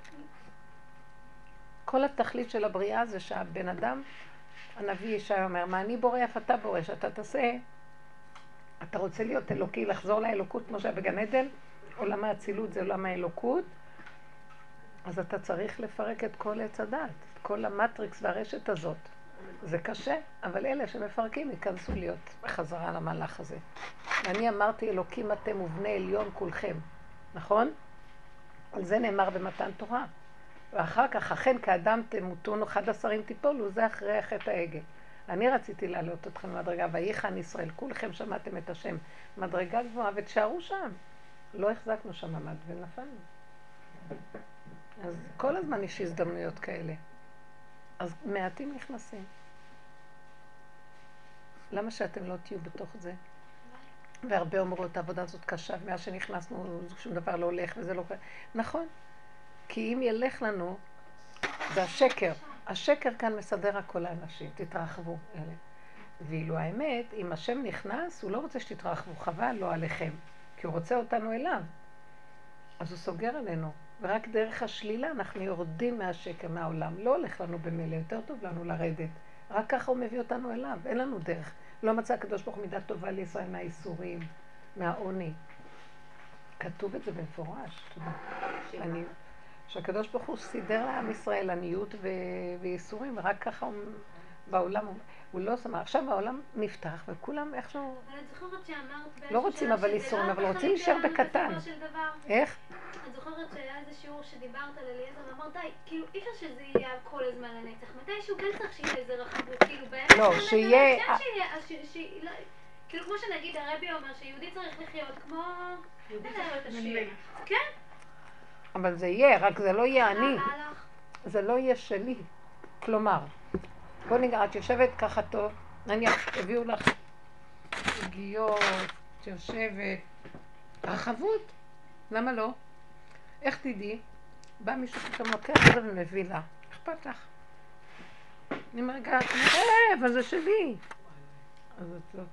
S2: כל התכלית של הבריאה זה שהבן אדם, הנביא ישעיה אומר, מה אני בורא אף אתה בורא, שאתה תעשה, אתה רוצה להיות אלוקי, לחזור לאלוקות כמו שהיה בגן עדן, עולם האצילות זה עולם האלוקות, אז אתה צריך לפרק את כל עץ הדת, את כל המטריקס והרשת הזאת. זה קשה, אבל אלה שמפרקים ייכנסו להיות בחזרה למהלך הזה. ואני אמרתי, אלוקים אתם ובני עליון כולכם, נכון? על זה נאמר במתן תורה. ואחר כך, אכן כאדם תמותון 11 תיפולו, זה אחרי החטא העגל. אני רציתי להעלות אתכם למדרגה, ויחן ישראל, כולכם שמעתם את השם, מדרגה גבוהה, ותשארו שם. לא החזקנו שם ממד ונפלנו. אז כל הזמן יש הזדמנויות כאלה. אז מעטים נכנסים. למה שאתם לא תהיו בתוך זה? והרבה אומרות, העבודה הזאת קשה, מאז שנכנסנו, שום דבר לא הולך וזה לא קרה. נכון, כי אם ילך לנו, זה השקר. השקר כאן מסדר הכל האנשים, תתרחבו אלה. ואילו האמת, אם השם נכנס, הוא לא רוצה שתתרחבו, חבל לא עליכם, כי הוא רוצה אותנו אליו. אז הוא סוגר עלינו, ורק דרך השלילה אנחנו יורדים מהשקר, מהעולם. לא הולך לנו במילא, יותר טוב לנו לרדת. רק ככה הוא מביא אותנו אליו, אין לנו דרך. לא מצא הקדוש ברוך הוא מידה טובה לישראל מהאיסורים, מהעוני. כתוב את זה במפורש, תודה. שהקדוש ברוך הוא סידר לעם ישראל עניות ואיסורים, ורק ככה הוא בעולם, הוא לא שמח. עכשיו העולם נפתח, וכולם איכשהו...
S3: אבל את זוכרת שאמרת...
S2: לא רוצים אבל איסורים, אבל רוצים להישאר בקטן. איך?
S3: את זוכרת שהיה איזה שיעור שדיברת על אליעזר, ואמרת, כאילו אי אפשר שזה יהיה כל הזמן לנצח. מתישהו כן צריך שיהיה איזה רחבות, כאילו באמת...
S2: לא, שיהיה...
S3: כאילו כמו שנגיד הרבי אומר שיהודי צריך לחיות כמו... יהודי צריך את השיר. כן?
S2: אבל זה יהיה, רק זה לא יהיה אני. זה לא יהיה שלי. כלומר, בוא נראה, את יושבת ככה טוב, נניח, הביאו לך סוגיות, את יושבת, רחבות, למה לא? איך תדעי? בא מישהו פתאום לוקח את זה ומביא לה, אכפת לך. אני מרגעת, אבל זה שלי. אז את לא...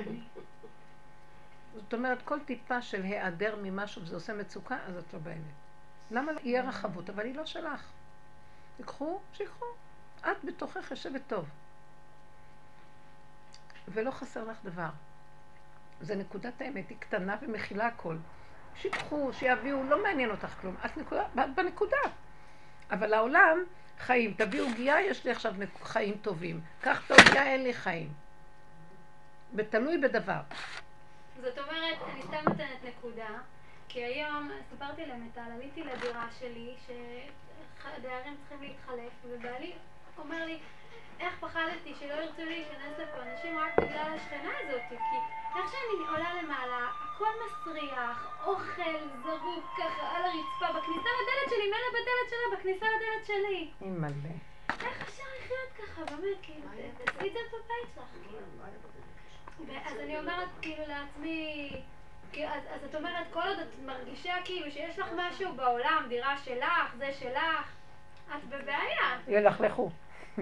S2: זאת אומרת, כל טיפה של היעדר ממשהו וזה עושה מצוקה, אז את לא באמת. למה לא? יהיה רחבות, אבל היא לא שלך. תיקחו, שיקחו. את בתוכך יושבת טוב. ולא חסר לך דבר. זה נקודת האמת, היא קטנה ומכילה הכל. שיקחו, שיביאו, לא מעניין אותך כלום. את בנקודה. אבל העולם, חיים, תביאו גייה, יש לי עכשיו חיים טובים. קח את העוגיה, אין לי חיים. ותלוי בדבר.
S3: זאת אומרת, אני סתם נותנת נקודה, כי היום סיפרתי למיטל, עליתי לדירה שלי, שהדיירים צריכים להתחלף, ובעלי אומר לי, איך פחדתי שלא ירצו להיכנס לפה אנשים רק בגלל השכנה הזאת, כי איך שאני עולה למעלה, הכל מסריח, אוכל זרוק ככה על הרצפה, בכניסה לדלת שלי, מלא בדלת שלה, בכניסה לדלת שלי.
S2: מלא.
S3: איך אפשר לחיות ככה, באמת, כאילו, תעשי את זה בבית שלך, כאילו. אז אני אומרת כאילו לעצמי, אז את אומרת, כל עוד את מרגישה כאילו שיש לך משהו בעולם, דירה שלך, זה שלך, את בבעיה.
S2: ילכלכו.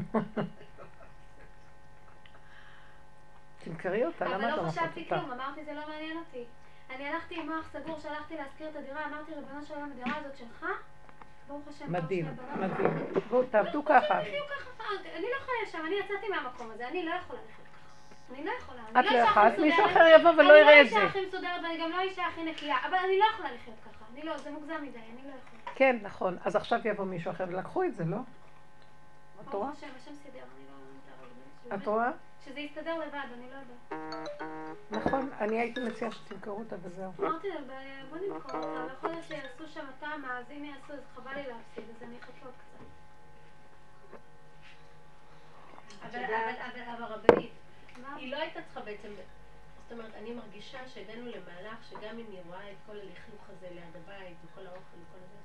S2: תמכרי אותה, למה
S3: אבל
S2: אתה
S3: לא
S2: מפת
S3: חשבתי
S2: אותה?
S3: כלום, אמרתי זה לא מעניין אותי. אני הלכתי עם מוח סגור, שלחתי להזכיר את הדירה, אמרתי ריבונו של עולם, הדירה הזאת שלך? ברוך השם.
S2: מדהים, מדהים. בואו תעבדו ככה.
S3: אני לא חיה שם, אני יצאתי מהמקום הזה, אני לא יכולה לחיות ככה. אני לא יכולה.
S2: את לא יכולה, מישהו אחר יבוא ולא יראה את זה.
S3: אני לא אישה הכי מסודרת ואני גם לא אישה הכי נקייה, אבל אני לא יכולה לחיות ככה. אני לא, זה מוגזם מדי, אני לא יכולה.
S2: כן, נכון. אז עכשיו יבוא מישהו אחר ולקחו את זה, לא? את רואה?
S3: ברוך השם, השם סידר, אני לא מתארת.
S2: את רואה?
S3: שזה יסתדר לבד, אני לא יודעת.
S2: נכון, אני הייתי מציעה שתמכרו אותה וזהו.
S3: אמרתי לה, בוא נמכור אותה, ויכול להיות שיעשו שם תמה, אז אם יעשו, אז חבל לי להפסיד, אז אני אחכה עוד קצת.
S8: אבל הרבנית, היא לא הייתה צריכה בעצם, זאת אומרת, אני מרגישה שהגענו למהלך שגם אם היא רואה את כל הלכלוך הזה ליד הבית וכל האוכל וכל הזה,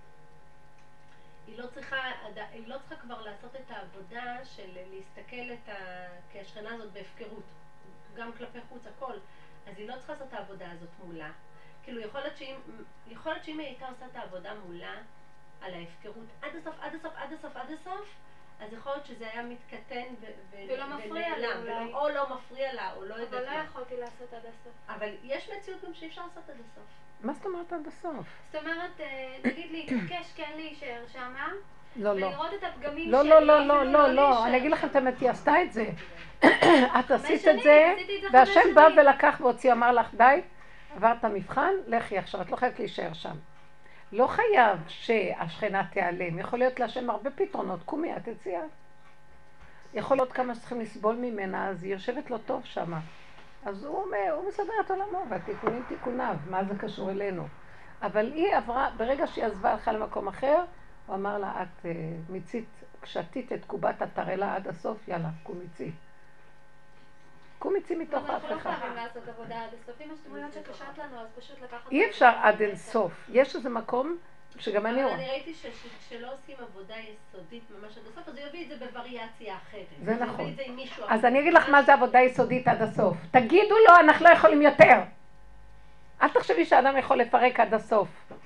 S8: היא לא צריכה כבר לעשות את העבודה של להסתכל כי השכנה הזאת בהפקרות, גם כלפי חוץ, הכל. אז היא לא צריכה לעשות את העבודה הזאת מולה. כאילו, יכול להיות שאם היא הייתה עושה את העבודה מולה על ההפקרות עד הסוף, עד הסוף, עד הסוף, עד הסוף, אז יכול להיות שזה היה מתקטן
S3: ולא מפריע לה אולי.
S8: או לא מפריע לה, או לא יודעת
S3: אבל
S8: מה.
S3: לא יכולתי לעשות עד הסוף.
S8: אבל יש מציאות גם שאי אפשר לעשות עד הסוף.
S2: מה זאת אומרת עד הסוף?
S3: זאת אומרת, נגיד להתעקש כן להישאר שמה,
S2: לא, לא.
S3: ולראות את הפגמים
S2: לא,
S3: שלי.
S2: לא, לא, לא, לא, לא. אני אגיד לכם את האמת, היא עשתה את זה. את עשית את זה, והשם בא ולקח והוציא, אמר לך, די, עברת את המבחן, לכי עכשיו, את לא חייבת להישאר שם. לא חייב שהשכנה תיעלם, יכול להיות להשם הרבה פתרונות, קומי, את הציעה. יכול להיות כמה שצריכים לסבול ממנה, אז היא יושבת לו טוב שמה. אז הוא מסדר את עולמו, והתיקונים תיקוניו, מה זה קשור אלינו. אבל היא עברה, ברגע שהיא עזבה הלכה למקום אחר, הוא אמר לה, את מיצית, כשתית את קובת התרלה עד הסוף, יאללה, קומיצי. קומיצי מתוך
S3: אנחנו לא
S2: ההפכה.
S3: חייבים לעשות עבודה עד הסוף. אם יש דמויות שקשת לנו, אז פשוט לקחת...
S2: אי אפשר עד אין סוף. יש איזה מקום שגם אני רואה.
S8: אבל אני ראיתי שכשלא עושים עבודה יסודית ממש עד הסוף, אז הוא יביא את זה בווריאציה אחרת.
S2: זה
S8: הוא
S2: נכון.
S8: יביא את זה עם מישהו אחר.
S2: אז אני אגיד לך מה זה עבודה יסודית עד הסוף. תגידו לו, אנחנו לא יכולים יותר. אל תחשבי שאדם יכול לפרק עד הסוף.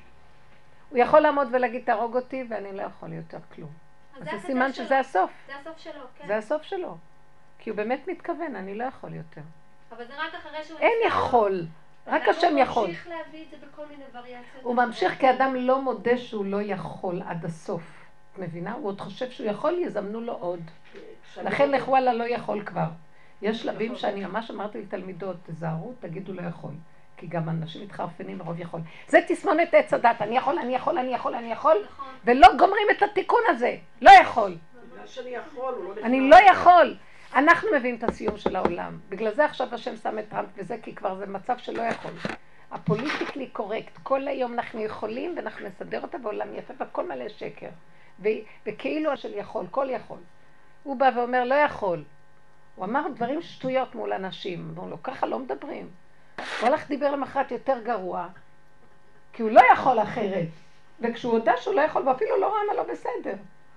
S2: הוא יכול לעמוד ולהגיד, תהרוג אותי, ואני לא יכול יותר כלום. אז זה סימן שזה הסוף.
S3: זה הסוף שלו, כן.
S2: זה הסוף שלו. כי הוא באמת מתכוון, אני לא יכול יותר.
S3: אבל זה רק אחרי שהוא...
S2: אין יכול. רק השם יכול.
S8: הוא ממשיך להביא את זה בכל מיני וריאציות.
S2: הוא ממשיך כי אדם לא מודה שהוא לא יכול עד הסוף. את מבינה? הוא עוד חושב שהוא יכול, יזמנו לו עוד. לכן לכו על הלא יכול כבר. יש שלבים שאני ממש אמרתי לתלמידות, תזהרו, תגידו לא יכול. כי גם אנשים מתחרפנים מרוב יכול. זה תסמונת עץ הדת, אני יכול, אני יכול, אני יכול, אני יכול, ולא גומרים את התיקון הזה. לא יכול.
S1: בגלל שאני יכול, הוא לא נכנס.
S2: אני לא יכול. אנחנו מביאים את הסיום של העולם. בגלל זה עכשיו השם שם את טראמפ וזה, כי כבר זה מצב שלא יכול. הפוליטיקלי קורקט, כל היום אנחנו יכולים ואנחנו נסדר אותה בעולם יפה, והכל מלא שקר. וכאילו השל יכול, כל יכול. הוא בא ואומר לא יכול. הוא אמר דברים שטויות מול אנשים, אמרו לו, ככה לא מדברים. הוא הלך דיבר למחרת יותר גרוע, כי הוא לא יכול אחרת. וכשהוא הודע שהוא לא יכול, ואפילו לא ראה מה לא בסדר.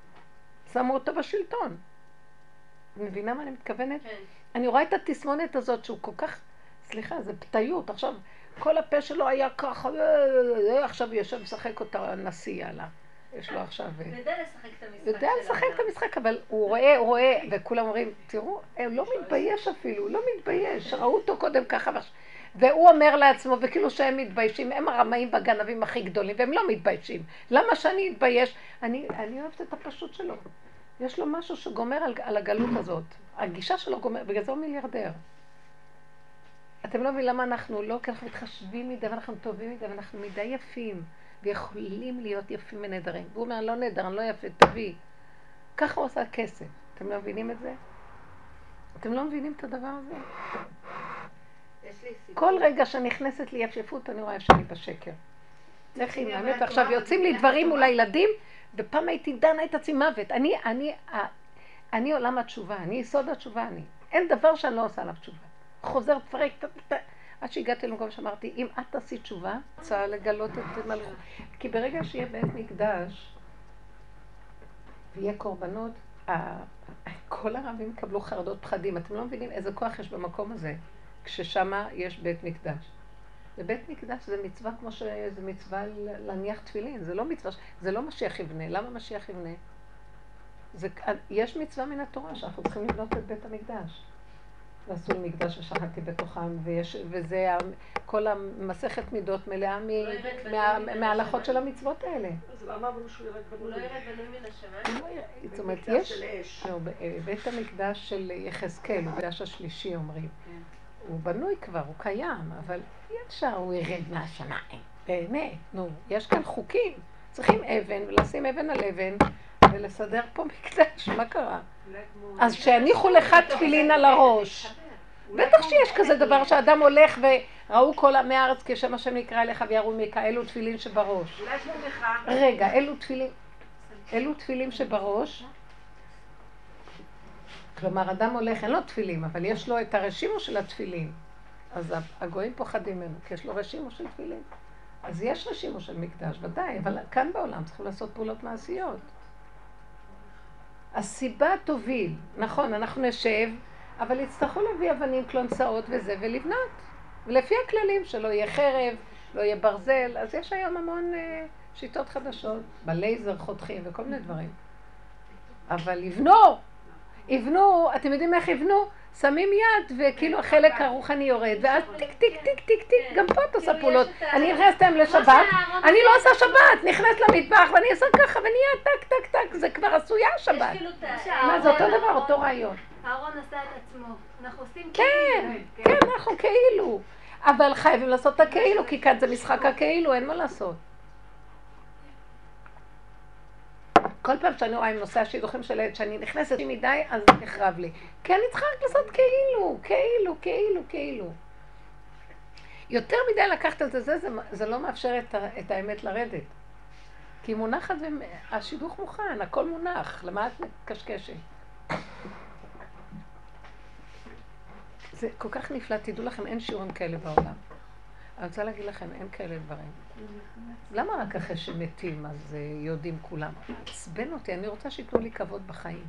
S2: שמו אותו בשלטון. מבינה מה אני מתכוונת?
S8: כן.
S2: אני רואה את התסמונת הזאת שהוא כל כך, סליחה, זה פתאיות. עכשיו, כל הפה שלו היה ככה, עכשיו יושב משחק אותה נשיא עלה. יש לו עכשיו...
S8: הוא יודע לשחק את המשחק
S2: יודע לשחק את המשחק, אבל הוא רואה, וכולם אומרים, תראו, הוא לא מתבייש אפילו, הוא לא מתבייש. ראו אותו קודם ככה, והוא אומר לעצמו, וכאילו שהם מתביישים, הם הרמאים והגנבים הכי גדולים, והם לא מתביישים. למה שאני אתבייש? אני אוהבת את הפשוט שלו. יש לו משהו שגומר על הגלות הזאת. הגישה שלו גומר, בגלל זה הוא מיליארדר. אתם לא מבינים למה אנחנו לא, כי אנחנו מתחשבים מדי ואנחנו טובים מדי ואנחנו מדי יפים ויכולים להיות יפים ונהדרים. והוא אומר, לא נהדר, אני לא יפה, תביא. ככה הוא עושה כסף. אתם לא מבינים את זה? אתם לא מבינים את הדבר הזה? כל רגע שנכנסת לי יפייפות, אני רואה שאני בשקר. לכי, באמת, עכשיו יוצאים לי דברים מול הילדים, ופעם הייתי דנה את עצמי מוות. אני עולם התשובה, אני יסוד התשובה, אני. אין דבר שאני לא עושה עליו תשובה. חוזר, תפרק, עד שהגעתי למקום שאמרתי, אם את תעשי תשובה, רוצה לגלות את מלכות. כי ברגע שיהיה בית מקדש, ויהיה קורבנות, כל הרבים יקבלו חרדות פחדים. אתם לא מבינים איזה כוח יש במקום הזה, כששמה יש בית מקדש. ובית מקדש זה מצווה כמו שזה מצווה להניח תפילין, זה לא מצווה, זה לא משיח יבנה. למה משיח יבנה? יש מצווה מן התורה שאנחנו צריכים לבנות את בית המקדש. ועשו לי מקדש ושכנתי בתוכם, וזה כל המסכת מידות מלאה מההלכות של המצוות האלה.
S1: אז למה אמרו שהוא ירד בנוי?
S8: הוא לא ירד בנוי מן השמיים?
S1: זאת אומרת, יש...
S2: בית המקדש של יחזקאל, הוא המקדש השלישי אומרים. הוא בנוי כבר, הוא קיים, אבל אי אפשר, הוא ירד מהשמיים. באמת, נו, יש כאן חוקים. צריכים אבן, ולשים אבן על אבן, ולסדר פה מקדש, מה קרה? אז שהניחו לך תפילין על הראש. בטח שיש כזה דבר שאדם הולך וראו כל עמי הארץ כשם השם נקרא אליך ויראו ממך, אלו תפילין שבראש. רגע, אלו תפילין שבראש. כלומר, אדם הולך, אין לו תפילים, אבל יש לו את הרשימו של התפילין. אז הגויים פוחדים ממנו, כי יש לו רשימו של תפילין. אז יש רשימו של מקדש, ודאי, אבל כאן בעולם צריכים לעשות פעולות מעשיות. הסיבה תוביל, נכון, אנחנו נשב, אבל יצטרכו להביא אבנים, קלונסאות וזה, ולבנות. ולפי הכללים שלא יהיה חרב, לא יהיה ברזל, אז יש היום המון שיטות חדשות, בלייזר חותכים וכל מיני דברים. אבל יבנו, אתם יודעים איך יבנו? שמים יד וכאילו החלק הרוחני יורד, ואז טיק טיק טיק טיק טיק, גם פה את עושה פעולות. אני נכנסת להם לשבת, אני לא עושה שבת, נכנסת למטבח ואני עושה ככה ונהיה טק טק טק, זה כבר עשויה שבת. מה זה אותו דבר, אותו רעיון.
S3: אהרון עשה את עצמו, אנחנו עושים
S2: כאילו. כן, אנחנו כאילו. אבל חייבים לעשות את הכאילו, כי כאן זה משחק הכאילו, אין מה לעשות. כל פעם שאני רואה עם נושא השידוכים של הילד, שאני נכנסת מדי, אז נחרב לי. כי אני צריכה רק לעשות כאילו. יותר מדי לקחת את זה לא מאפשר את האמת לרדת. כי מונחת, השידוך מוכן, הכל מונח, למה את מקשקשת? זה כל כך נפלא, תדעו לכם, אין שיעורים כאלה בעולם. אני רוצה להגיד לכם, אין כאלה דברים. למה רק אחרי שמתים אז יודעים כולם? עצבן אותי, אני רוצה שיתנו לי כבוד בחיים.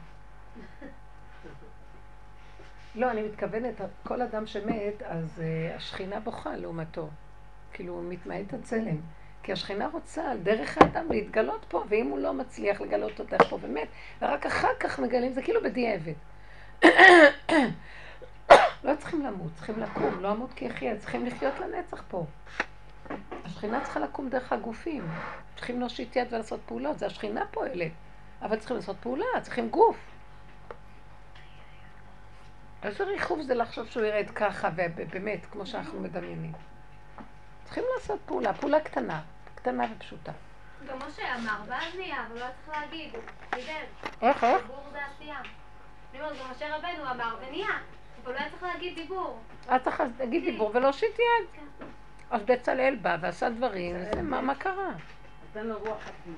S2: לא, אני מתכוונת, כל אדם שמת, אז השכינה בוכה לעומתו. כאילו, הוא מתמעט הצלם. כי השכינה רוצה על דרך האדם להתגלות פה, ואם הוא לא מצליח לגלות אותך פה ומת, ורק אחר כך מגלים, זה כאילו בדיעבד. לא צריכים למות, צריכים לקום, לא אמות כי יחיה, צריכים לחיות לנצח פה. השכינה צריכה לקום דרך הגופים, צריכים להושיט יד ולעשות פעולות, זה השכינה פועלת, אבל צריכים לעשות פעולה, צריכים גוף. איזה ריחוב זה לחשוב שהוא ירד ככה, ובאמת, כמו שאנחנו מדמיינים. צריכים לעשות פעולה קטנה ופשוטה.
S3: גם משה אמר, ואז נהיה, אבל לא צריך להגיד, דיבר.
S2: איך?
S3: דיבור זה עשייה. אני אומרת, גם משה רבנו אמר, ונהיה. אבל לא היה צריך להגיד דיבור.
S2: את צריכה להגיד דיבור ולהושיט יד. אז בצלאל בא ועשה דברים, וזה מה קרה?
S1: נתן לו רוח חיים.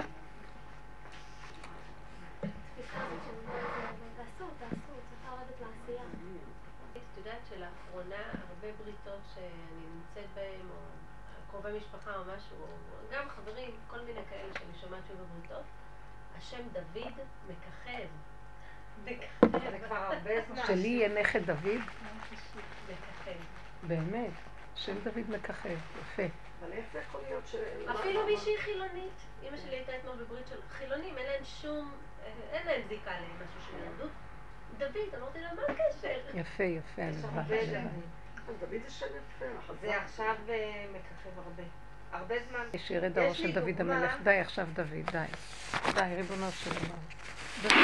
S3: תעשו, צריך לרדת לעשייה.
S8: את יודעת שלאחרונה הרבה בריתות שאני נמצאת בהן, או קרובי משפחה או משהו, או גם חברים, כל מיני כאלה שאני שומעת שוב בבריתות, השם דוד מככב.
S6: זה כבר הרבה זמן.
S2: שלי יהיה נכד דוד?
S8: מככב.
S2: באמת, שם דוד מככב, יפה.
S1: אבל איפה יכול להיות ש...
S8: אפילו מישהי חילונית. אמא שלי הייתה אתמול בברית של חילונים, אין להם זיקה למשהו של יהדות. דוד, אמרתי לה, מה הקשר?
S2: יפה, אני מבחת.
S1: דוד זה שם יפה.
S6: זה עכשיו מככב הרבה זמן.
S2: יש ירד האור של דוד המלך, די עכשיו דוד, די, ריבונו של עולם. דוד,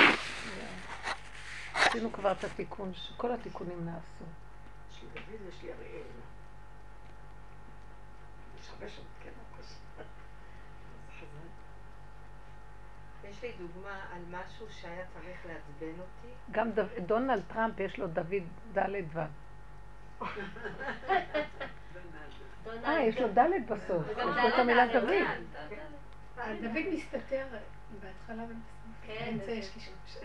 S2: עשינו כבר את התיקון, כל התיקונים נעשו.
S1: יש לי דוד ויש לי אריאל. מחפש אותי, כן, מחפש.
S6: יש לי דוגמה על משהו שהיה צריך לעצבן אותי.
S2: גם דונלד טראמפ יש לו דוד ד' ו'. יש לו ד' בסוף. יש לו את המילה דוד.
S7: דוד מסתתר בהתחלה ובאמצע יש קשקוש.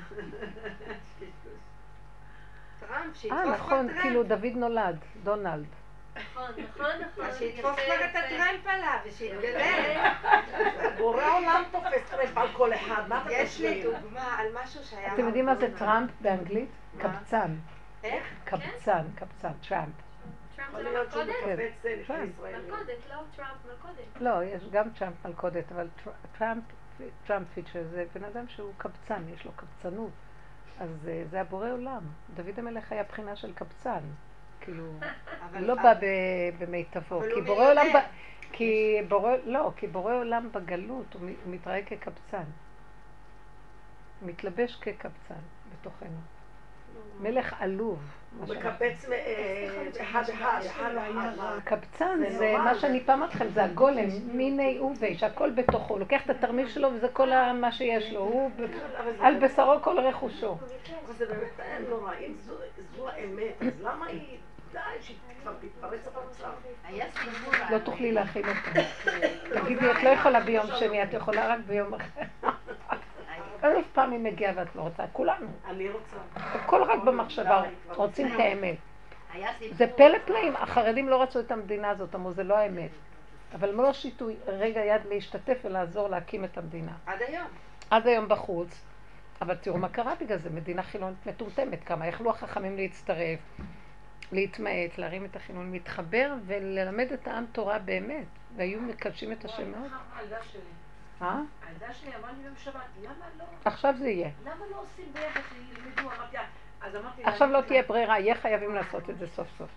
S6: טראמפ, שיתפוס בטרמפ.
S2: נכון, כאילו דוד נולד, דונלד.
S3: נכון.
S6: אז שיתפוס כבר את הטרמפ עליו ושיתגלה.
S1: בורא עולם תופס טרמפ על כל אחד, מה אתה
S6: יש לי דוגמה על משהו שהיה...
S2: אתם יודעים מה זה טראמפ באנגלית? קבצן.
S6: איך?
S2: קבצן, טראמפ.
S3: טראמפ
S1: יכול
S3: זה לא
S1: להיות שהוא
S3: מלכודת?
S1: מקבץ לפני ישראל.
S3: מלכודת, לא טראמפ מלכודת.
S2: לא, יש גם טראמפ מלכודת, אבל טראמפ פיצ'ר זה בן אדם שהוא קבצן, יש לו קבצנות. אז זה הבורא עולם. דוד המלך היה בחינה של קבצן. כאילו, הוא לא בא במיטבו. כי בורא עולם... כי בורא עולם בגלות הוא מתראה כקבצן. הוא מתלבש כקבצן בתוכנו. מלך עלוב.
S1: הוא מקבץ אחד.
S2: קבצן זה מה שאני פעם אתכם, זה הגולם, מיני אובי, שהכל בתוכו. הוא לוקח את התרמיל שלו וזה כל מה שיש לו. הוא על בשרו כל רכושו.
S1: אבל זה באמת נורא. אם זו האמת, אז למה היא... די, שהיא כבר תתפרץ הפרצה.
S2: לא תוכלי להכין אותה. תגידי, את לא יכולה ביום שני, את יכולה רק ביום אחר. 1000 פעמים מגיעה ואת לא רוצה, כולנו.
S1: אני רוצה.
S2: הכל רק במחשבה, רוצים את האמת. זה פלא פלאים, החרדים לא רצו את המדינה הזאת, אמרו, זה לא האמת. אבל הם לא שיטו רגע יד להשתתף ולעזור להקים את המדינה.
S6: עד היום.
S2: עד היום בחוץ. אבל תראו מה קרה בגלל זה, מדינה חילונית מטומטמת, כמה יכלו החכמים להצטרף, להתמעט, להרים את החילון, להתחבר וללמד את העם תורה באמת, והיו מקדשים את השם מאוד.
S1: העדה שלי אמרה לי בשבת, למה לא?
S2: עכשיו זה יהיה.
S1: למה לא עושים ביחד שילמדו? אמרתי...
S2: עכשיו לא תהיה ברירה, יהיה חייבים לעשות את זה סוף סוף.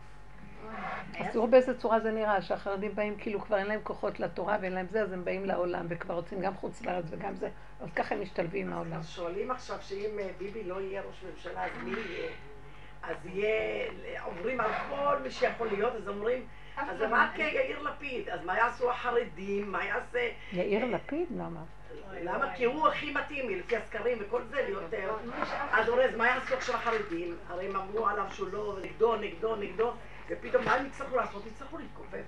S2: אז תראו באיזה צורה זה נראה, שהחרדים באים כאילו כבר אין להם כוחות לתורה ואין להם זה, אז הם באים לעולם וכבר רוצים גם חוץ לארץ וגם זה, אז ככה הם משתלבים מהעולם.
S1: אז שואלים עכשיו שאם ביבי לא יהיה ראש ממשלה, אז מי יהיה? אז יהיה, עוברים על כל מי שיכול להיות, אז אומרים, אז רק יאיר לפיד, אז מה יעשו החרדים, מה יעשה...
S2: יאיר לפיד? למה?
S1: למה? כי הוא הכי מתאים, לפי הסקרים וכל זה, להיות... אז אורז, מה יעשו עכשיו החרדים? הרי הם אמרו עליו שהוא לא נגדו, ופתאום מה הם יצטרכו לעשות? יצטרכו להתכופף.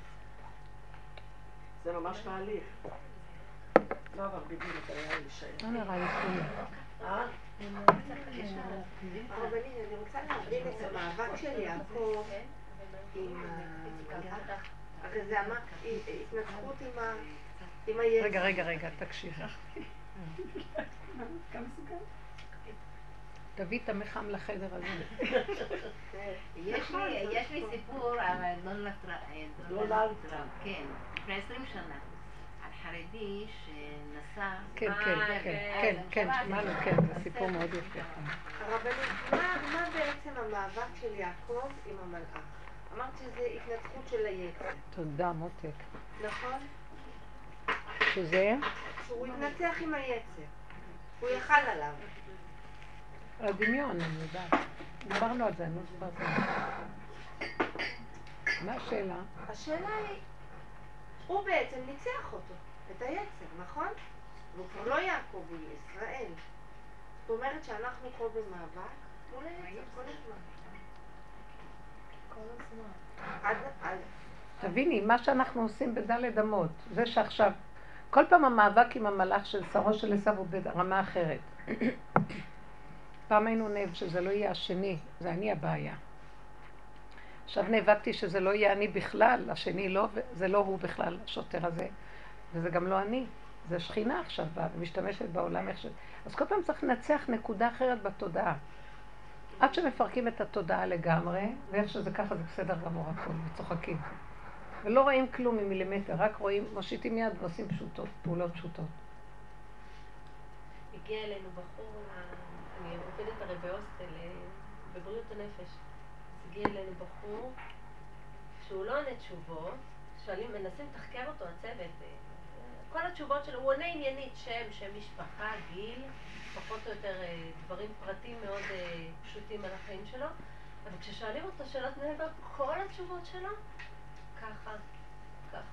S1: זה ממש תהליך. לא, אבל ביבי נתניהו להישאר.
S2: לא נראה לי שלי.
S6: הרבנית, אני רוצה להבין את המאבק של יעקב עם הרי זה התנצחות עם היצר.
S2: רגע, תקשיב. תביא את המחם לחדר הזה.
S5: יש לי סיפור על דונלד טראמפ, כן, לפני 20 שנה. על חרדי שנסע...
S2: כן, שמענו, כן, זה סיפור מאוד יפה.
S6: הרבנית, מה בעצם המאבק של יעקב עם המלאך? אמרת שזה התנצחות של היצר.
S2: תודה, מותק.
S6: נכון?
S2: שזה?
S6: שהוא התנצח עם היצר. הוא יחל עליו.
S2: הדמיון, אני יודעת. דיברנו על זה, אני לא זוכרת. מה השאלה?
S6: השאלה היא, הוא בעצם ניצח אותו, את היצר, נכון? והוא כבר לא יעקב, הוא ישראל. זאת אומרת שאנחנו פה במאבק מול היצר כל הזמן.
S2: תביני, מה שאנחנו עושים בדלת אמות, זה שעכשיו, כל פעם המאבק עם המלאך של שרו של עשיו הוא ברמה אחרת. פעם היינו נאבק שזה לא יהיה השני, זה אני הבעיה. עכשיו נאבקתי שזה לא יהיה אני בכלל, השני לא, זה לא הוא בכלל, השוטר הזה, וזה גם לא אני, זה שכינה עכשיו באה ומשתמשת בעולם איך ש... אז כל פעם צריך לנצח נקודה אחרת בתודעה. עד שמפרקים את התודעה לגמרי, ואיך שזה ככה זה בסדר גמור הכל, וצוחקים. ולא רואים כלום ממילימטר, רק רואים, מושיטים יד ועושים פשוטות, פעולות פשוטות.
S8: הגיע אלינו בחור, אני עובדת הרי בהוסטל, בבריאות הנפש. הגיע אלינו בחור שהוא לא עונה תשובות, שואלים, מנסים לתחקר אותו, הצוות. כל התשובות שלו, הוא עונה עניינית, שם משפחה, גיל, פחות או יותר דברים פרטיים מאוד פשוטים על החיים שלו. אבל כששואלים אותו שאלות נהדר, כל התשובות שלו, ככה,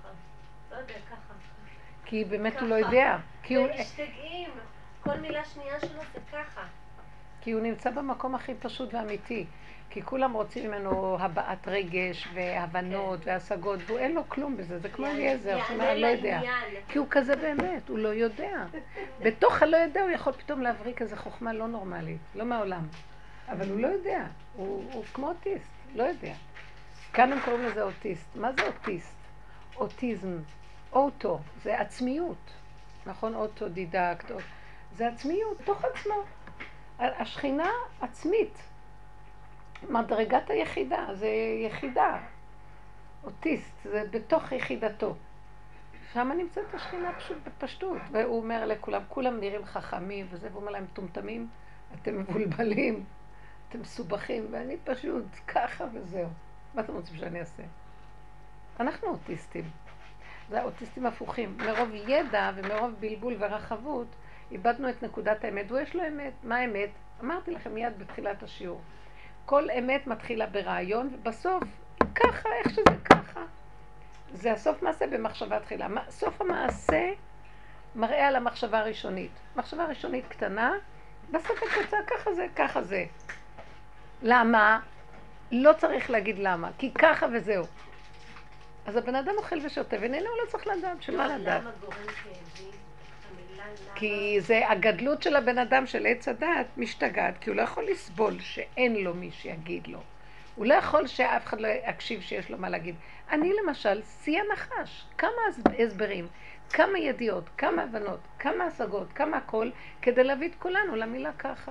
S2: כי באמת הוא לא יודע.
S8: הם משתגעים. כל מילה שנייה שלו זה ככה.
S2: כי הוא נמצא במקום הכי פשוט ואמיתי. כי כולם רוצים ממנו הבעת רגש והבנות והשגות, והוא אין לו כלום בזה, זה כמו אליעזר, שאומר, לא יודע. כי הוא כזה באמת, הוא לא יודע. בתוך הלא יודע הוא יכול פתאום להבריק איזו חוכמה לא נורמלית, לא מהעולם. אבל הוא לא יודע, הוא כמו אוטיסט, לא יודע. כאן הם קוראים לזה אוטיסט. מה זה אוטיסט? אוטיזם, אוטו, זה עצמיות. נכון? אוטודידקט, זה עצמיות, תוך עצמו. השכינה עצמית. מדרגת היחידה, זה יחידה. אוטיסט, זה בתוך יחידתו. שם נמצאת השכינה פשוט בפשטות. והוא אומר לכולם, כולם נראים חכמים וזה, והוא אומר להם, טומטמים, אתם מבולבלים, אתם מסובכים, ואני פשוט ככה וזהו. מה אתם רוצים שאני אעשה? אנחנו אוטיסטים. זה האוטיסטים הפוכים. מרוב ידע ומרוב בלבול ורחבות, איבדנו את נקודת האמת, ויש לו אמת. מה האמת? אמרתי לכם מיד בתחילת השיעור. כל אמת מתחילה ברעיון, ובסוף ככה, איך שזה ככה. זה הסוף מעשה במחשבה תחילה. סוף המעשה מראה על המחשבה הראשונית. מחשבה ראשונית קטנה, בסוף התוצאה ככה זה, ככה זה. למה? לא צריך להגיד למה, כי ככה וזהו. אז הבן אדם אוכל ושותה, ונהנה הוא לא צריך לדעת, שמה לדעת?
S8: למה גורם כאבים? המילה למה...
S2: כי זה הגדלות של הבן אדם של עץ הדעת משתגעת, כי הוא לא יכול לסבול שאין לו מי שיגיד לו. הוא לא יכול שאף אחד לא יקשיב שיש לו מה להגיד. אני למשל, שיא הנחש, כמה הסברים, כמה ידיעות, כמה הבנות, כמה השגות, כמה הכל, כדי להביא את כולנו למילה ככה.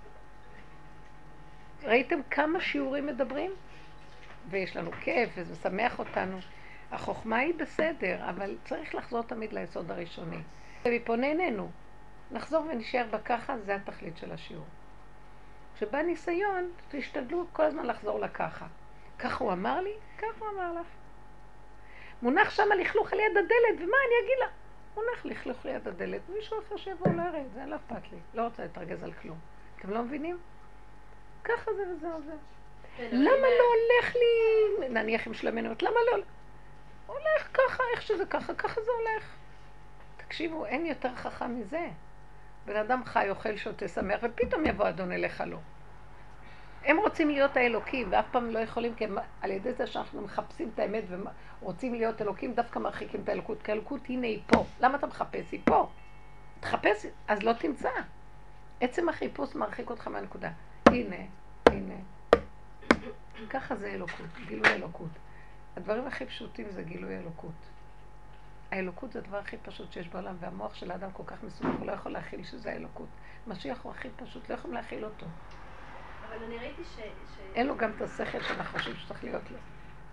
S2: ראיתם כמה שיעורים מדברים? ויש לנו כיף וזה משמח אותנו. החוכמה היא בסדר, אבל צריך לחזור תמיד ליסוד הראשוני. ומפה נהנינו. נחזור ונשאר בככה, זה התכלית של השיעור. כשבא ניסיון, תשתדלו כל הזמן לחזור לככה. ככה הוא אמר לי, ככה הוא אמר לך. מונח שם לכלוך על יד הדלת, ומה אני אגיד לה? מונח לכלוך ליד הדלת, מישהו אחר שיבוא לארץ, זה לא אכפת לי. לא רוצה להתרגז על כלום. אתם לא מבינים? ככה זה וזהו זה. למה לא הולך לי, נניח עם שלמנות, למה לא הולך ככה, איך שזה ככה, ככה זה הולך. תקשיבו, אין יותר חכם מזה. בן אדם חי, אוכל, שותה, שמח, ופתאום יבוא אדון אליך לו. הם רוצים להיות האלוקים, ואף פעם לא יכולים, כי על ידי זה שאנחנו מחפשים את האמת ורוצים להיות אלוקים, דווקא מרחיקים את האלוקות, כי האלוקות הנה היא פה. למה אתה מחפש? היא פה. תחפש, אז לא תמצא. עצם החיפוש מרחיק אותך מהנקודה. הנה, הנה. ככה זה אלוקות, גילוי אלוקות. הדברים הכי פשוטים זה גילוי אלוקות. האלוקות זה הדבר הכי פשוט שיש בעולם, והמוח של האדם כל כך מסובך, הוא לא יכול להכיל שזה האלוקות. משיח הוא הכי פשוט, לא יכולים להכיל אותו.
S8: אבל אני ראיתי
S2: אין לו גם את השכל שאנחנו חושבים שצריך להיות לו.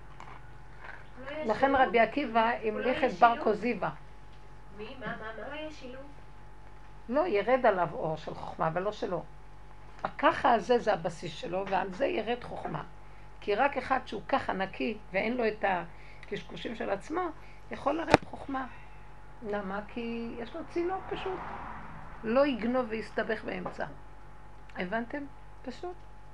S2: לכן רבי עקיבא המליך את בר כוזיבא.
S8: מי? מה? לא היה שילוב?
S2: לא, ירד עליו אור של חוכמה, אבל לא שלו. הככה הזה זה הבסיס שלו, ועל זה ירד חוכמה. כי רק אחד שהוא ככה נקי, ואין לו את הקשקושים של עצמו, יכול לרדת חוכמה. למה? כי יש לו צינור פשוט. לא יגנוב ויסתבך באמצע. הבנתם? פשוט.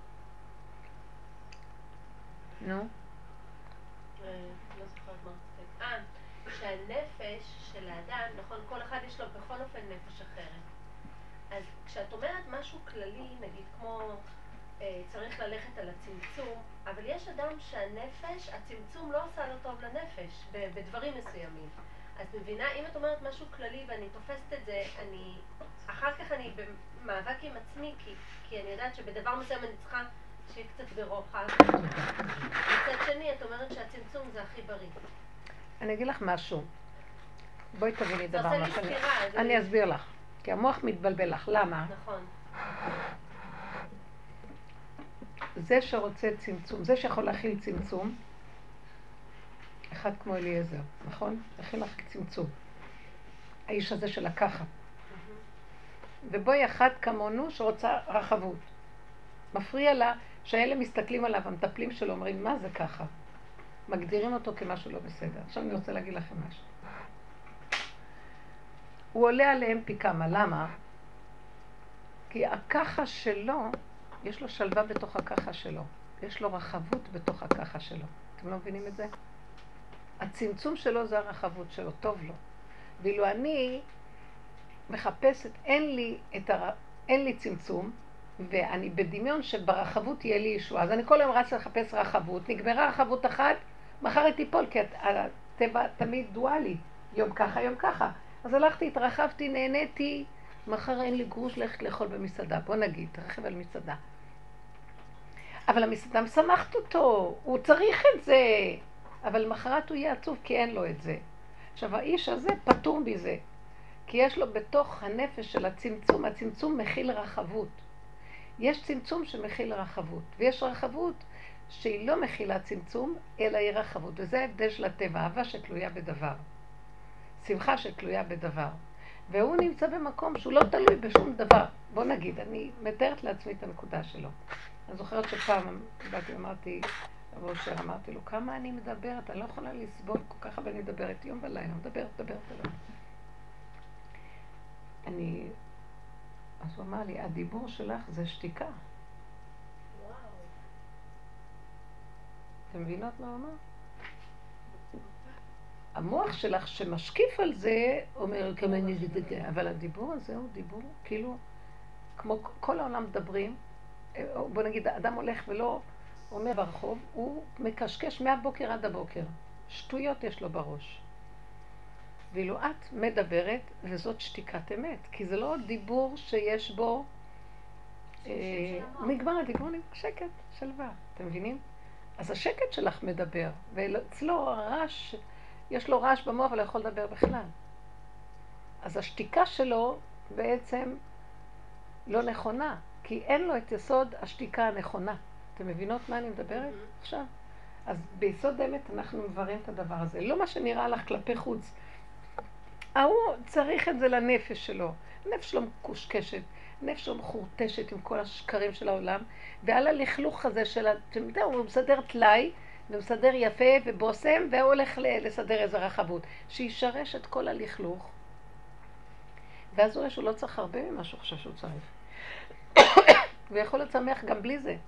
S2: נו.
S8: לא זוכרת מה. שהנפש של האדם, נכון, כל אחד יש לו בכל אופן נפש אחרת. אז כשאת אומרת משהו כללי, נגיד כמו צריך ללכת על הצמצום, אבל יש אדם שהנפש, הצמצום לא עושה לו טוב לנפש, בדברים מסוימים. אז מבינה, אם את אומרת משהו כללי ואני תופסת את זה, אחר כך אני במאבק עם עצמי, כי אני יודעת שבדבר מסוים אני צריכה שיהיה קצת ברוחב. מצד שני, את אומרת שהצמצום זה הכי בריא.
S2: אני אגיד לך משהו. בואי תביני דבר מה שאני... אני אסביר לך. כי המוח מתבלבל לך. למה?
S8: נכון.
S2: זה שרוצה צמצום, זה שיכול להכיל צמצום, אחד כמו אליעזר, נכון? להכיל לך צמצום. האיש הזה של לקחת. ובואי אחד כמונו שרוצה רחבות. מפריע לה שהאלה מסתכלים עליו, המטפלים שלו אומרים, מה זה ככה? מגדירים אותו כמשהו לא בסדר. עכשיו אני רוצה להגיד לכם משהו. הוא עולה עליהם פי כמה. למה? כי הככה שלו, יש לו שלווה בתוך הככה שלו. יש לו רחבות בתוך הככה שלו. אתם לא מבינים את זה? הצמצום שלו זה הרחבות שלו, טוב לו. ואילו אני מחפשת, אין לי צמצום, ואני בדמיון שברחבות תהיה לי ישועה. אז אני כל היום רצה לחפש רחבות, נגמרה רחבות אחת, מחר היא תיפול, כי הטבע תמיד דואלי, יום ככה, יום ככה. אז הלכתי, התרחבתי, נהניתי, מחר אין לי גרוש ללכת לאכול במסעדה. בוא נגיד, תרחב על מסעדה. אבל המסעדה משמחת אותו, הוא צריך את זה. אבל מחרת הוא יהיה עצוב כי אין לו את זה. עכשיו, האיש הזה פטור מזה. כי יש לו בתוך הנפש של הצמצום, הצמצום מכיל רחבות. יש צמצום שמכיל רחבות, ויש רחבות שהיא לא מכילה צמצום, אלא היא רחבות. וזה ההבדל של הטבע, אהבה שתלויה בדבר. שמחה שתלויה בדבר. והוא נמצא במקום שהוא לא תלוי בשום דבר. בוא נגיד, אני מתארת לעצמי את הנקודה שלו. אני זוכרת שפעם באתי ואמרתי, אמרתי לו, כמה אני מדברת, אני לא יכולה לסבול כל כך, אבל אני מדברת יום ולילה, מדברת. אז הוא אמר לי, הדיבור שלך זה שתיקה.
S8: וואו.
S2: אתם מבינות מה הוא אמר? המוח שלך שמשקיף על זה, אומר כמה אני דגה, אבל הדיבור הזה הוא דיבור, כאילו, כמו כל העולם מדברים, בוא נגיד, האדם הולך ולא אומר ברחוב, הוא מקשקש מהבוקר עד הבוקר. שטויות יש לו בראש. ואילו את מדברת, וזאת שתיקת אמת, כי זה לא דיבור שיש בו, נגמר הדיבור, שקט, שלווה, אתם מבינים? אז השקט שלך מדבר, ואצלו הרעש, יש לו רעש במוח ולא יכול לדבר בכלל. אז השתיקה שלו בעצם לא נכונה, כי אין לו את יסוד השתיקה הנכונה. אתם מבינות מה אני מדברת עכשיו? אז ביסוד האמת אנחנו מבררים את הדבר הזה. לא מה שנראה לך כלפי חוץ. הוא צריך את זה לנפש שלו. הנפש שלו מקושקשת, הנפש שלו מחורטשת עם כל השקרים של העולם, ועל הלכלוך הזה של, הוא מסדר תלאי, ומסדר יפה ובוסם, והוא הולך לסדר איזה רחבות, שישרש את כל הלכלוך. ואז הוא רואה שהוא לא צריך הרבה ממה שהוא חושב שהוא צריך. ויכול לצמח גם בלי זה.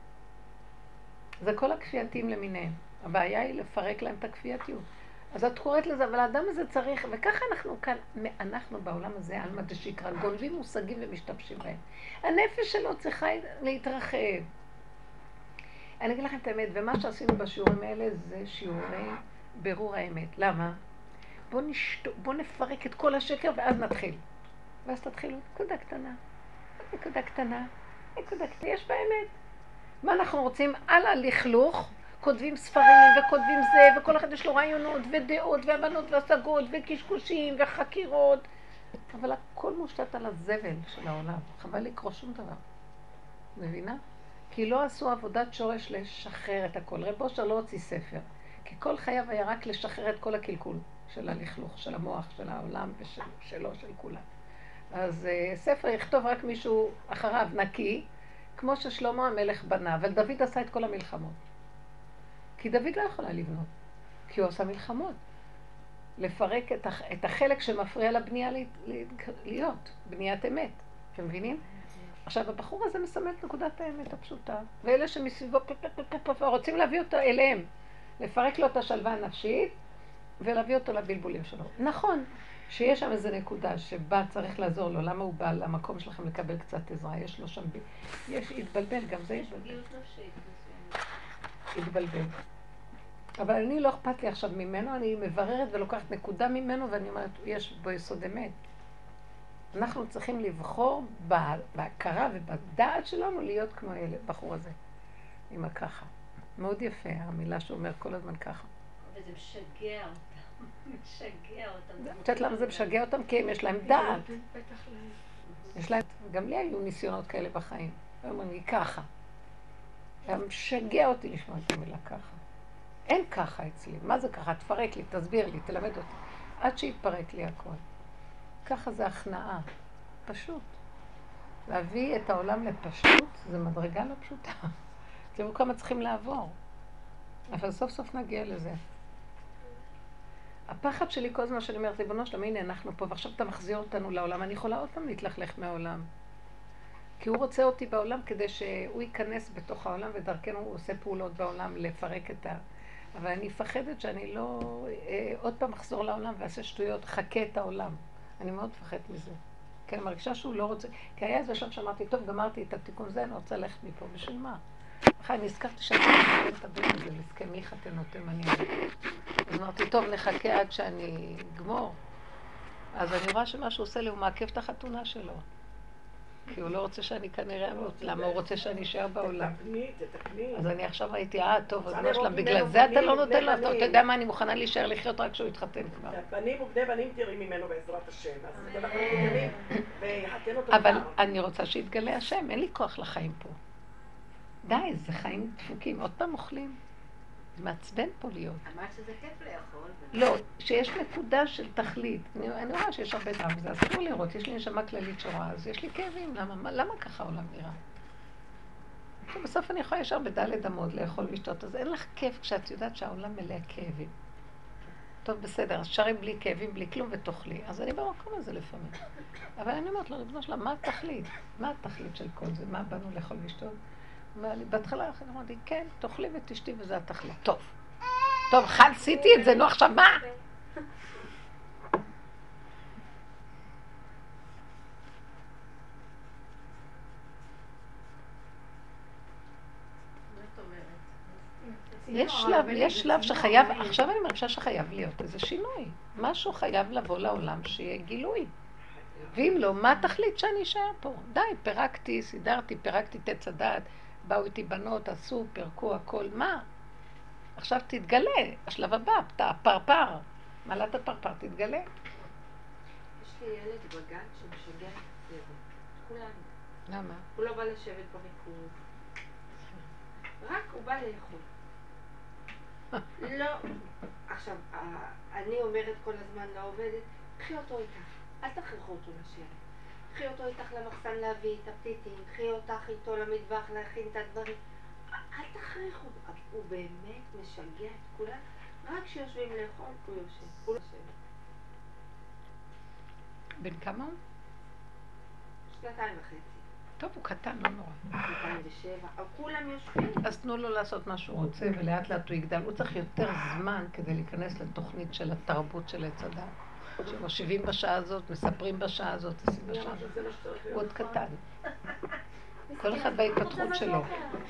S2: זה כל הכפייתיים למיניהם. הבעיה היא לפרק להם את הכפייתיות. אז את קוראת לזה, אבל האדם הזה צריך, וככה אנחנו כאן, אנחנו בעולם הזה, על מדי שיקרא, גונבים מושגים ומשתמשים בהם. הנפש שלו צריכה להתרחב. אני אגיד לכם את האמת, ומה שעשינו בשיעורים האלה זה שיעורי ברור האמת. למה? בוא נפרק את כל השקר ואז נתחיל. ואז תתחילו, נקודה קטנה. יש באמת. מה אנחנו רוצים? על הלכלוך, כותבים ספרים וכותבים זה, וכל אחד יש לו רעיונות ודעות והבנות והשגות וקשקושים וחקירות. אבל הכל מושתת על הזבל של העולם. חבל לקרוא שום דבר. מבינה? כי לא עשו עבודת שורש לשחרר את הכל. רב אושר לא הוציא ספר. כי כל חייו היה רק לשחרר את כל הקלקול של הלכלוך, של המוח, של העולם ושלו, של כולם. אז ספר יכתוב רק מישהו אחריו נקי, כמו ששלמה המלך בנה, אבל דוד עשה את כל המלחמות. כי דוד לא יכולה לבנות, כי הוא עושה מלחמות. לפרק את החלק שמפריע לבנייה להיות, בניית אמת. אתם מבינים? עכשיו, הבחור הזה מסמל את נקודת האמת הפשוטה, ואלה שמסביבו רוצים להביא אותו אליהם, לפרק לו את השלווה הנפשית, ולהביא אותו לבלבולים שלו. נכון, שיש שם איזו נקודה שבה צריך לעזור לו, למה הוא בא למקום שלכם לקבל קצת עזרה, יש לו שם, יש התבלבל, גם זה התבלבל. התבלבל. אבל אני לא אכפת לי עכשיו ממנו, אני מבררת ולוקחת נקודה ממנו, ואני אומרת, יש בו יסוד אמת. אנחנו צריכים לבחור בהכרה ובדעת שלנו להיות כמו הבחור הזה, עם הככה. מאוד יפה, המילה שאומר כל הזמן ככה.
S8: וזה משגע אותם, משגע אותם.
S2: את יודעת למה זה משגע אותם? כי יש להם דעת. יש להם, גם לי היו ניסיונות כאלה בחיים. הם אומרים לי ככה. זה משגע אותי לשמוע את המילה ככה. אין ככה אצלי. מה זה ככה? תפרק לי, תסביר לי, תלמד אותי. עד שיתפרק לי הכל. ככה זה הכנעה. פשוט. להביא את העולם לפשוט, זה מדרגה לא פשוטה. תראו כמה צריכים לעבור. אבל סוף סוף נגיע לזה. הפחד שלי כל הזמן שאני אומרת, ריבונו שלום, הנה אנחנו פה, ועכשיו אתה מחזיר אותנו לעולם, אני יכולה עוד פעם להתלכלך מהעולם. כי הוא רוצה אותי בעולם כדי שהוא ייכנס בתוך העולם, ודרכנו הוא עושה פעולות בעולם לפרק את אבל אני מפחדת שאני לא עוד פעם אחזור לעולם ואעשה שטויות, חכה את העולם. אני מאוד מפחדת מזה. כי אני מרגישה שהוא לא רוצה, כי היה איזה שלב שאמרתי, טוב, גמרתי את התיקון הזה, אני רוצה ללכת מפה, בשביל מה? אחרי אני הזכרתי שאני מתחתן את הבן הזה, לזכה מי חתן אותם אני אגיד. אז אמרתי, טוב, נחכה עד שאני אגמור. אז אני רואה שמה שהוא עושה לי, הוא מעכב את החתונה שלו. כי הוא לא רוצה שאני כנראה אמות, למה הוא רוצה שאני אשאר בעולם?
S1: תתקני.
S2: אז אני עכשיו ראיתי, טוב, אדוני שלם, בגלל זה אתה לא נותן לו, אתה יודע מה, אני מוכנה להישאר לחיות רק כשהוא יתחתן כבר.
S1: בנים ובני בנים תראי ממנו בעזרת השם, אז אנחנו מתגלים ויחתן אותו.
S2: אבל אני רוצה שיתגלה השם, אין לי כוח לחיים פה. די, זה חיים דפוקים, עוד פעם אוכלים. זה מעצבן פה להיות.
S5: אמרת שזה כיף לאכול.
S2: לא, שיש נקודה של תכלית. אני רואה שיש הרבה דם בזה, אז אסור לראות, יש לי נשמה כללית שרואה, אז יש לי כאבים, למה ככה העולם נראה? בסוף אני יכולה ישר בדלת אמות לאכול ולשתות, אז אין לך כיף כשאת יודעת שהעולם מלא כאבים. טוב, בסדר, אז שרים בלי כאבים, בלי כלום ותאכלי. אז אני במקום הזה לפעמים. אבל אני אומרת לו, ריבונו שלה, מה התכלית? מה התכלית של כל זה? מה באנו לאכול ולשתות? בהתחלה אני אמרתי, כן, תאכלי ותשתי וזה התכלית. טוב. טוב, עשיתי את זה, נו עכשיו מה?
S8: מה את אומרת?
S2: יש שלב שחייב, עכשיו אני מרגישה שחייב להיות איזה שינוי. משהו חייב לבוא לעולם שיהיה גילוי. ואם לא, מה התכלית שאני אשאר פה? די, פירקתי, סידרתי, פירקתי תץ הדעת, באו איתי בנות, עשו, פירקו הכל, מה? עכשיו תתגלה, השלב הבא, הפרפר, מעלת הפרפר, תתגלה.
S6: יש לי ילד בגן שמשגע את הצוות. כולנו.
S2: למה?
S6: הוא לא בא לשבת בריקוד. רק הוא בא לאכול. לא. עכשיו, אני אומרת כל הזמן לעובדת, קחי אותו איתך. אל תכריחו אותו לשבת. קחי אותו איתך למחסן להביא את הפתיתים, קחי אותך איתו למטבח להכין את הדברים. אל תכריחו. הוא באמת משגע את כולם. רק כשיושבים לאכול, הוא יושב. הוא לא יושב.
S2: בן כמה הוא?
S6: 2.5.
S2: טוב, הוא קטן, לא נורא.
S6: 2007. כולם יושבים.
S2: אז תנו לו לעשות מה שהוא רוצה, ולאט לאט הוא יגדל. הוא צריך יותר זמן כדי להיכנס לתוכנית של התרבות של עץ הדת. שמושיבים בשעה הזאת, מספרים בשעה הזאת, עושים בשעה הזאת. הוא עוד קטן. כל אחד בהתפתחות שלו.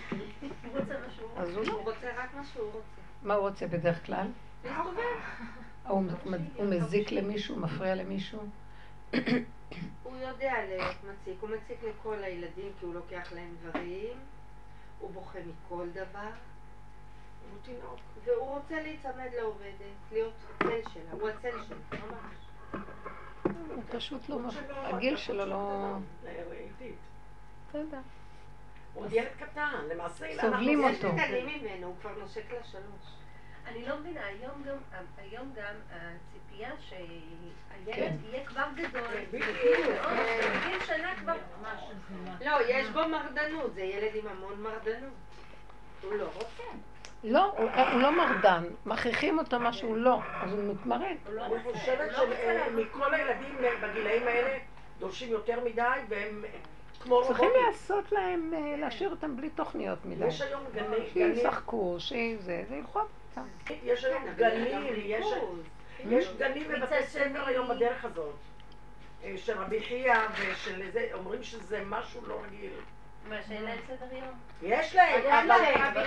S2: אז הוא לא.
S6: הוא רוצה רק מה שהוא רוצה.
S2: מה הוא רוצה בדרך כלל?
S6: להסתובב.
S2: הוא מזיק למישהו, מפריע למישהו?
S6: הוא יודע להיות מציק. הוא מציק לכל הילדים כי הוא לוקח להם דברים. הוא בוכה מכל דבר. הוא תינוק. והוא רוצה להיצמד לעובדת, להיות צל שלה. הוא הצל שלה, ממש.
S2: הוא פשוט לא, הגיל שלו לא...
S1: הוא עוד ילד קטן, למעשה
S2: סובלים
S6: יש
S2: אותו.
S6: מתקנים ממנו, הוא כבר נושק ל3.
S8: אני לא מבינה, היום גם הציפייה שהילד יהיה כבר גדול, בגיל שנה כבר...
S6: לא, יש בו מרדנות, זה ילד עם המון מרדנות. הוא לא רוצה.
S2: לא, הוא לא מרדן, מכריחים אותו מה שהוא לא, אז הוא מתמרד.
S1: אני חושבת שמכל הילדים בגילאים האלה דורשים יותר מדי והם כמו רובוטים.
S2: צריכים לעשות להם, להשאיר אותם בלי תוכניות מדי.
S1: יש היום גנים.
S2: שישחקו, שזה ילכו הביתה.
S1: יש היום גנים, יש גנים בבתי ספר היום בדרך הזאת. של רבי חייא ושל זה, אומרים שזה משהו לא רגיל.
S8: מה, שאין להם סדר יום?
S1: יש להם, אבל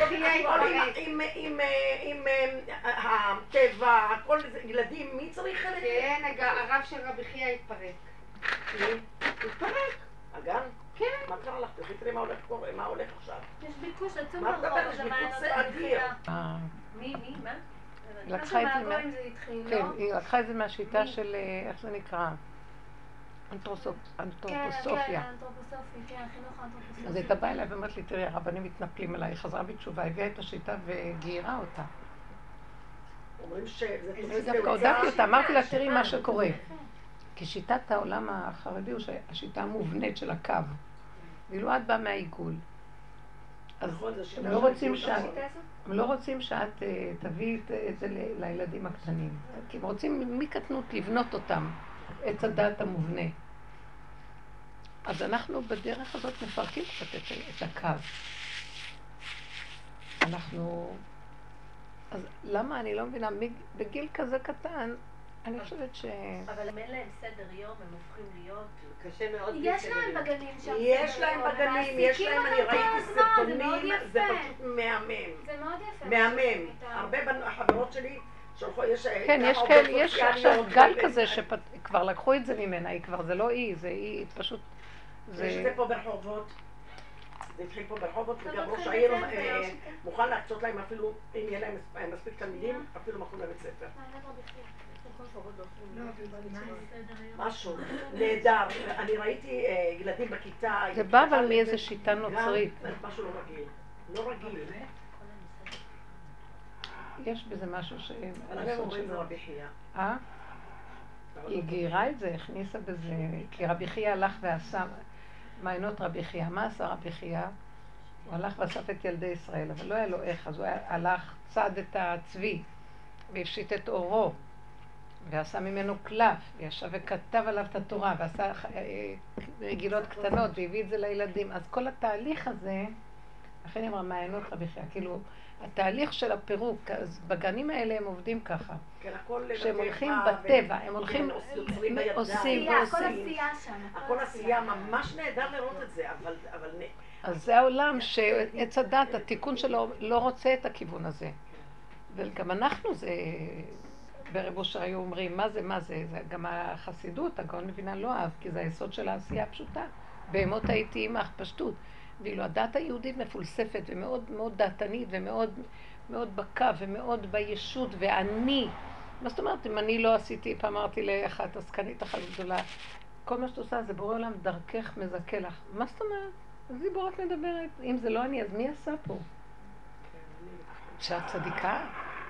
S1: עם הטבע, הכל ילדים, מי צריך את זה?
S6: כן, הרב של רבי חייא התפרק. התפרק.
S1: הגן?
S6: כן.
S1: מה קרה לך? תחליטי לי מה הולך עכשיו.
S3: יש ביקוש עצום
S1: מה את
S3: ברחוב,
S1: מדברת? יש ביקוש אדיר.
S8: מי? מה?
S2: היא לקחה את זה
S3: מהגויים זה התחיל,
S2: כן,
S3: לא?
S2: היא לקחה את זה מהשיטה של, איך זה נקרא? אנתרופוסופיה.
S3: כן, האנתרופוסופי, כן, החינוך האנתרופוסופי.
S2: אז הייתה באה אליי ואומרת לי, תראי, הרבנים מתנפלים עליי, היא חזרה בתשובה, הביאה את השיטה וגיירה אותה.
S1: אומרים שזה
S2: אני דווקא הודעתי אותה, אמרתי לה, תראי מה שקורה. כי שיטת העולם החרדי הוא השיטה המובנית של הקו. ואילו את באה מהעיגול. אז הם לא רוצים שאת תביאי את זה לילדים הקטנים. כי הם רוצים מקטנות לבנות אותם, את הדת המובנה. אז אנחנו בדרך הזאת מפרקים קצת את הקו. אנחנו אז למה אני לא מבינה, בגיל כזה קטן, אני חושבת
S8: אבל אם אין להם סדר יום, הם הופכים להיות...
S6: קשה מאוד.
S3: יש להם בגנים שם.
S1: יש להם בגנים, יש להם, אני ראיתי סרטונים, זה פשוט מהמם.
S3: זה מאוד יפה.
S1: מהמם. הרבה החברות שלי שלחו, יש...
S2: כן, יש כאלה, יש עכשיו גל כזה שכבר לקחו את זה ממנה, היא כבר, זה לא היא, זה היא פשוט...
S1: יש את זה פה ברחובות. זה התחיל פה ברחובות, וגם ראש העיר מוכן להקצות להם אפילו, אם יהיה להם מספיק תלמידים, אפילו מקום לבית ספר. משהו, נהדר. אני ראיתי ילדים בכיתה...
S2: זה בא אבל מאיזה שיטה נוצרית.
S1: משהו לא רגיל. לא רגיל.
S2: יש בזה משהו ש...
S1: אבל הם אומרים לו רבי חייא.
S2: היא גיירה את זה, הכניסה בזה, כי רבי חייא הלך ועשה מעיינות רבי חייא. מה עשה רבי חייא? הוא הלך ואסף את ילדי ישראל, אבל לא היה לו איך, אז הוא הלך, צד את הצבי, והפשיט את אורו, ועשה ממנו קלף, וישב וכתב עליו את התורה, ועשה רגילות קטנות, והביא את זה לילדים. אז כל התהליך הזה, לכן אמרה מעיינות רבי חייא, כאילו, התהליך של הפירוק, אז בגנים האלה הם עובדים ככה. כשהם הולכים בטבע, הם הולכים, עושים ועושים.
S3: הכל עשייה שם.
S1: הכל עשייה, ממש נהדר לראות את זה, אבל...
S2: אז זה העולם שעץ הדת, התיקון שלו לא רוצה את הכיוון הזה. וגם אנחנו זה... ברב אושר היו אומרים, מה זה, מה זה? גם החסידות, הגאון מבינה לא אהב, כי זה היסוד של העשייה הפשוטה. בהמות הייתי עמך, פשטות. ואילו הדת היהודית מפולספת ומאוד מאוד דעתנית ומאוד מאוד בקו ומאוד בישות ואני. מה זאת אומרת, אם אני לא עשיתי, פעם אמרתי לאחת עסקנית אחת גדולה, כל מה שאת עושה זה בורא עולם דרכך מזכה לך. מה זאת אומרת? אז היא בורת מדברת. אם זה לא אני, אז מי עשה פה? שאת צדיקה?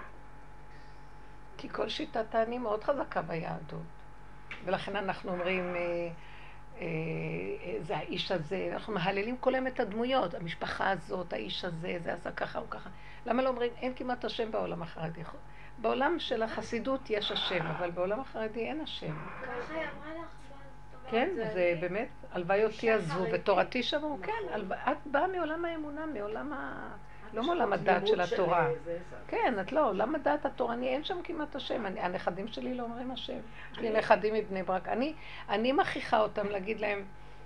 S2: כי כל שיטת האני מאוד חזקה ביהדות. ולכן אנחנו אומרים, זה האיש הזה, אנחנו מהללים כל היום את הדמויות, המשפחה הזאת, האיש הזה, זה עשה ככה או ככה. למה לא אומרים, אין כמעט השם בעולם החרדי? בעולם של החסידות יש השם, אבל בעולם החרדי אין השם.
S3: ככה היא אמרה לך?
S2: כן, זה באמת, הלוואי אותי עזבו ותורתי שמעו, כן, את באה מעולם האמונה, מעולם לא מעולם הדת של התורה. כן, את לא, עולם הדת התורני, אין שם כמעט השם. הנכדים שלי לא אומרים השם. יש לי נכדים מבני ברק. אני מכריחה אותם להגיד להם,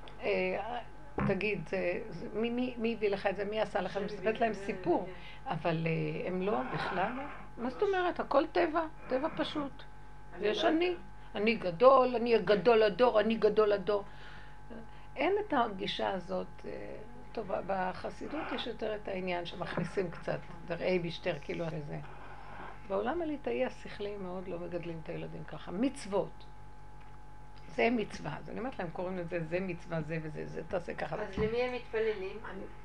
S2: תגיד, מי הביא לך את זה, מי עשה לך? אני מספרת להם סיפור. אבל הם לא, בכלל לא. מה זאת אומרת? הכל טבע, טבע פשוט. ויש אני גדול, אני גדול הדור, אני גדול הדור. אין את הגישה הזאת. טוב, בחסידות יש יותר את העניין שמכניסים קצת, דראי בשטר, כאילו זה. בעולם הליטאי השכלי מאוד לא מגדלים את הילדים ככה. מצוות. זה מצווה. אז אני אומרת להם, קוראים לזה, זה מצווה, זה וזה, זה תעשה ככה.
S6: אז למי הם מתפללים?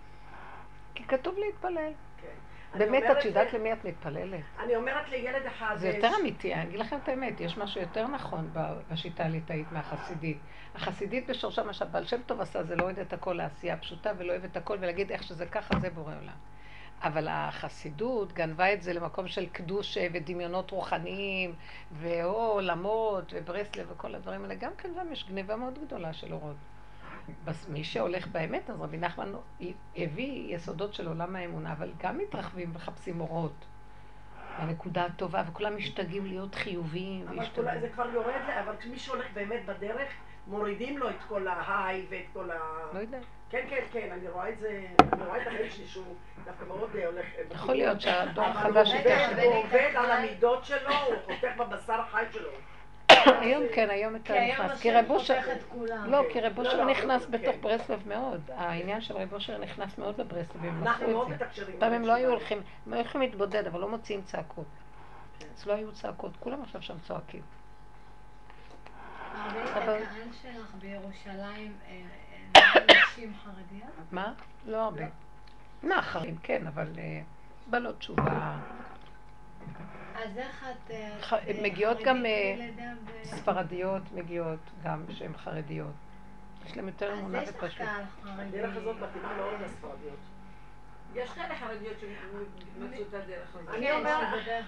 S2: כי כתוב להתפלל. באמת, את יודעת למי את מתפללת?
S1: אני אומרת לילד אחד...
S2: זה יותר אמיתי, אני אגיד לכם את האמת, יש משהו יותר נכון בשיטה הליטאית מהחסידית. החסידית בשורשה מה שהבעל שם טוב עשה, זה לא אוהב את הכל לעשייה פשוטה ולא אוהב את הכל ולהגיד איך שזה ככה, זה בורא עולם. אבל החסידות גנבה את זה למקום של קדוש ודמיונות רוחניים ועולמות וברסלב וכל הדברים האלה. גם כן גם יש גניבה מאוד גדולה של אורות. מי שהולך באמת, אז רבי נחמן הביא יסודות של עולם האמונה, אבל גם מתרחבים וחפשים אורות. הנקודה הטובה, וכולם משתגעים להיות חיוביים.
S1: אבל זה כבר יורד, אבל מי שהולך באמת בדרך, מורידים לו את כל ההיי ואת כל ה...
S2: לא יודע.
S1: כן, כן, כן, אני רואה את זה, אני רואה את הבן שלי שהוא דווקא מאוד הולך...
S2: יכול להיות שהדור החדש
S1: יותר... הוא עובד על המידות שלו, הוא חותך בבשר החי שלו.
S2: היום כן, היום יותר נכנס. כי רב אושר... לא, כי רב אושר נכנס בתוך ברסלב מאוד. העניין של רב אושר נכנס מאוד בברסלב, הם לקחו את זה. פעם הם לא היו הולכים, הם היו הולכים להתבודד, אבל לא מוציאים צעקות. אז לא היו צעקות, כולם עכשיו שם צועקים.
S4: הרבה את הקהל שלך בירושלים, נשים חרדיות?
S2: מה? לא הרבה. מאחרים, כן, אבל בנות תשובה.
S4: אז איך את...
S2: מגיעות גם ספרדיות, מגיעות גם שהן חרדיות. יש להם יותר אמונה ופשוט.
S4: אז יש לך קהל חרדי.
S1: הדרך הזאת מתאימה מאוד לספרדיות.
S6: יש כאלה חרדיות שמצאו את הדרך הזאת.
S1: אני אומרת,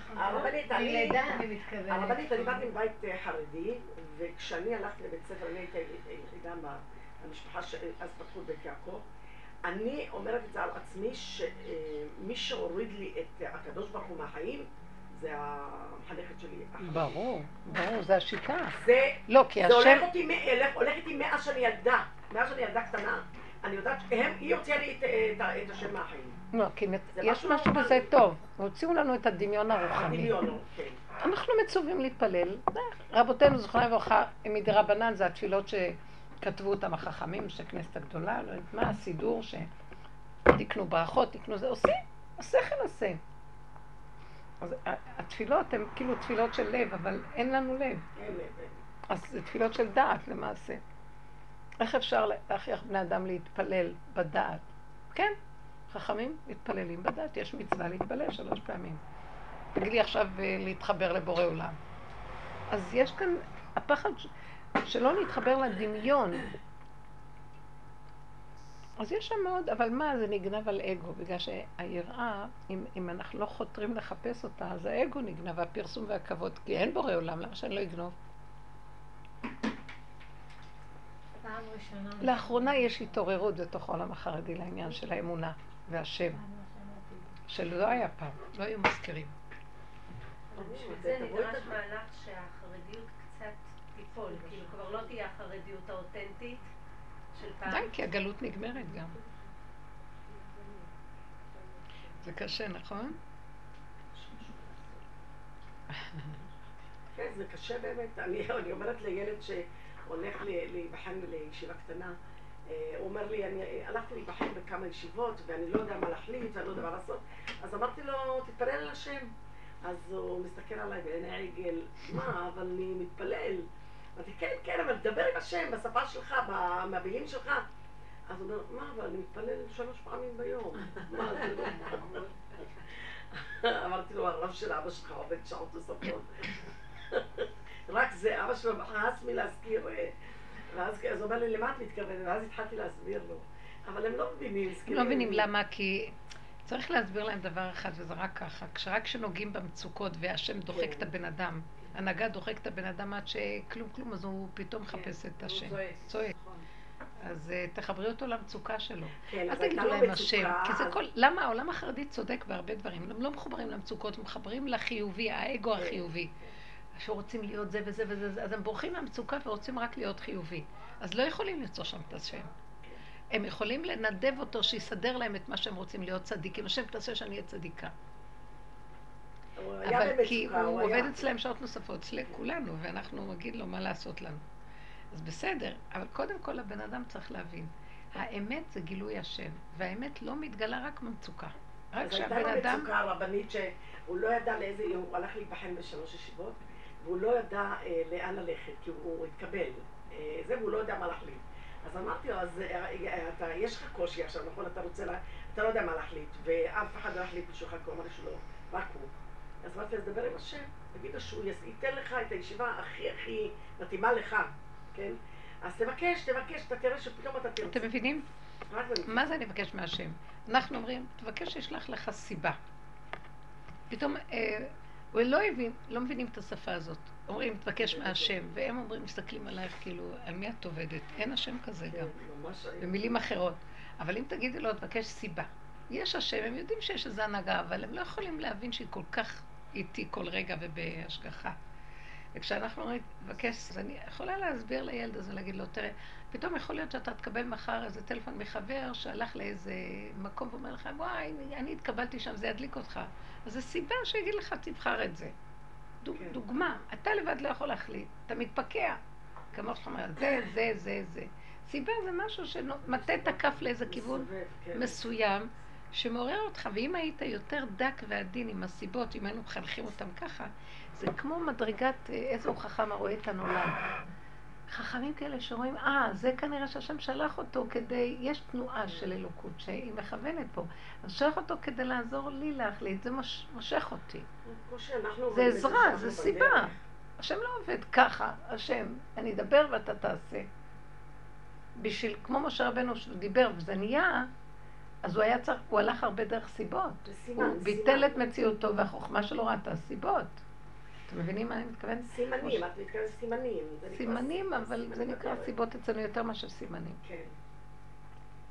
S1: הרבנית, אני באתי מבית חרדי, וכשאני הלכתי לבית ספר, אני הייתי היחידה במשפחה שאז פתחו בית יעקב, אני אומרת את זה על עצמי, שמי שהוריד לי את הקדוש ברוך הוא מהחיים, זה המחנכת שלי.
S2: ברור, ברור, זה השיטה.
S1: זה
S2: לא, כי
S1: זה
S2: השם...
S1: הולך איתי מאז שאני ילדה, קטנה. אני יודעת, היא הוציאה לי את השם מהחיים.
S2: לא, כי יש משהו בזה טוב. הוציאו לנו את הדמיון הרוחני.
S1: הדמיון, כן.
S2: אנחנו מצווים להתפלל. רבותינו זכרונם לברכה, מדרבנן, זה התפילות שכתבו אותם החכמים של כנסת הגדולה, לא יודעת מה, הסידור שתקנו ברכות, תקנו זה, עושים, השכל עושה. אז התפילות הן כאילו תפילות של לב, אבל אין לנו לב.
S1: אין לב.
S2: אז זה תפילות של דעת למעשה. איך אפשר להכריח בני אדם להתפלל בדעת? כן, חכמים מתפללים בדעת, יש מצווה להתפלל 3 פעמים. תגיד לי עכשיו להתחבר לבורא עולם. אז יש כאן הפחד שלא להתחבר לדמיון. אז יש שם מאוד, אבל מה, זה נגנב על אגו, בגלל שהיראה, אם אנחנו לא חותרים לחפש אותה, אז האגו נגנב, והפרסום והכבוד, כי אין בורא עולם, למה שאני לא אגנוב? לאחרונה יש התעוררות בתוך העולם החרדי לעניין של האמונה והשם, שלא היה פעם, לא היו מזכירים.
S8: בשביל זה נדרש מהלך שהחרדיות קצת תיפול, כאילו כבר לא תהיה החרדיות האותנטית של פעם.
S2: די, כי הגלות נגמרת גם. זה קשה, נכון?
S1: כן, זה קשה באמת. אני אומרת לילד שהולך להיבחן לישיבה קטנה, הוא אומר לי, אני הלכתי להיבחן בכמה ישיבות ואני לא יודע מה להחליט ואני לא יודע מה לעשות, אז אמרתי לו, תתפלל על השם. אז הוא מסתכל עליי בעיני עגל, מה, אבל אני מתפלל. אמרתי, כן, כן, אבל תדבר עם השם בשפה שלך, מהמילים שלך. אז הוא אומר, מה, אבל אני מתפלל 3 פעמים ביום. מה, זה לא... אמרתי לו, הרב של אבא שלך עובד שעות נוספות. רק זה, אבא שלו חס מלהזכיר. ואז הוא אומר לי, למה את מתכוונת? ואז התחלתי להסביר לו. אבל הם לא מבינים.
S2: לא מבינים למה, כי צריך להסביר להם דבר אחד, וזה רק ככה. כשרק כשנוגעים במצוקות והשם דוחק את הבן אדם, הנהגה דוחק את הבן אדם עד שכלום כלום, אז הוא פתאום מחפש את השם. צועק. אז תחברי אותו למצוקה שלו. אל תגידו להם השם. כי זה כל... למה העולם החרדי צודק בהרבה דברים? הם לא מחוברים למצוקות, הם מחברים לחיובי, האגו החיובי. שרוצים להיות זה וזה וזה, אז הם בורחים מהמצוקה ורוצים רק להיות חיובי. אז לא יכולים למצוא שם את השם. הם יכולים לנדב אותו שיסדר להם את מה שהם רוצים להיות צדיקים. השם תעשה שאני אהיה צדיקה. אבל כי הוא עובד אצלהם שעות נוספות, אצל כולנו, ואנחנו נגיד לו מה לעשות לנו. אז בסדר, אבל קודם כל הבן אדם צריך להבין. האמת זה גילוי השם, והאמת לא מתגלה רק במצוקה. רק שהבן אדם...
S1: אז הייתה לו מצוקה רבנית שהוא לא ידע לאיזה יום, הוא הלך להיבחן ב3 ישיבות, והוא לא ידע לאן ללכת, כי הוא התקבל. זה, והוא לא יודע מה להחליט. אז אמרתי לו, אז יש לך קושי עכשיו, נכון? אתה לא יודע מה להחליט, ואף אחד לא יחליט בשבילך, כי הוא אמר לי שלא, רק הוא. אז אמרתי, אז דבר עם השם, תגיד לו שהוא ייתן לך את הישיבה הכי מתאימה לך, כן? אז תבקש, אתה תראה שפתאום אתה תרצה.
S2: אתם מבינים? מה זה אני מבקש מהשם? אנחנו אומרים, תבקש שישלח לך סיבה. פתאום, לא מבינים את השפה הזאת. אומרים, תבקש מהשם, והם אומרים, מסתכלים עלייך כאילו, על מי את עובדת? אין השם כזה גם. במילים אחרות. אבל אם תגידי לו, תבקש סיבה. יש השם, הם יודעים שיש איזו הנהגה, אבל הם לא יכולים להבין שהיא כל כך איתי כל רגע ובהשגחה. וכשאנחנו אומרים, תבקש, אז אני יכולה להסביר לילד הזה, להגיד לו, תראה, פתאום יכול להיות שאתה תקבל מחר איזה טלפון מחבר שהלך לאיזה מקום ואומר לך, וואי, אני התקבלתי שם, זה ידליק אותך. אז זו סיבה שיגיד לך, תבחר את זה. דוגמה, אתה לבד לא יכול להחליט, אתה מתפקע. כמו שאתה אומר, זה. סיבה זה משהו שמטה את הכף לאיזה כיוון מסוים, שמעורר אותך, ואם היית יותר דק ועדין עם הסיבות, אם היינו מחנכים אותם ככה, זה כמו מדרגת איזו חכם הרואה את הנולד. חכמים כאלה שרואים, זה כנראה שהשם שלח אותו כדי, יש תנועה של אלוקות שהיא מכוונת פה, אז שלח אותו כדי לעזור לי להחליט, זה מושך אותי. זה עזרה, זה סיבה. השם לא עובד ככה, השם, אני אדבר ואתה תעשה. בשביל, כמו משה רבנו שהוא דיבר וזה נהיה, אז הוא הלך הרבה דרך סיבות. הוא ביטל את מציאותו והחוכמה שלו ראתה סיבות. אתם מבינים מה אני מתכוונת?
S1: סימנים, את מתכוונת סימנים.
S2: סימנים, אבל זה נקרא סיבות אצלנו יותר מאשר סימנים.
S1: כן.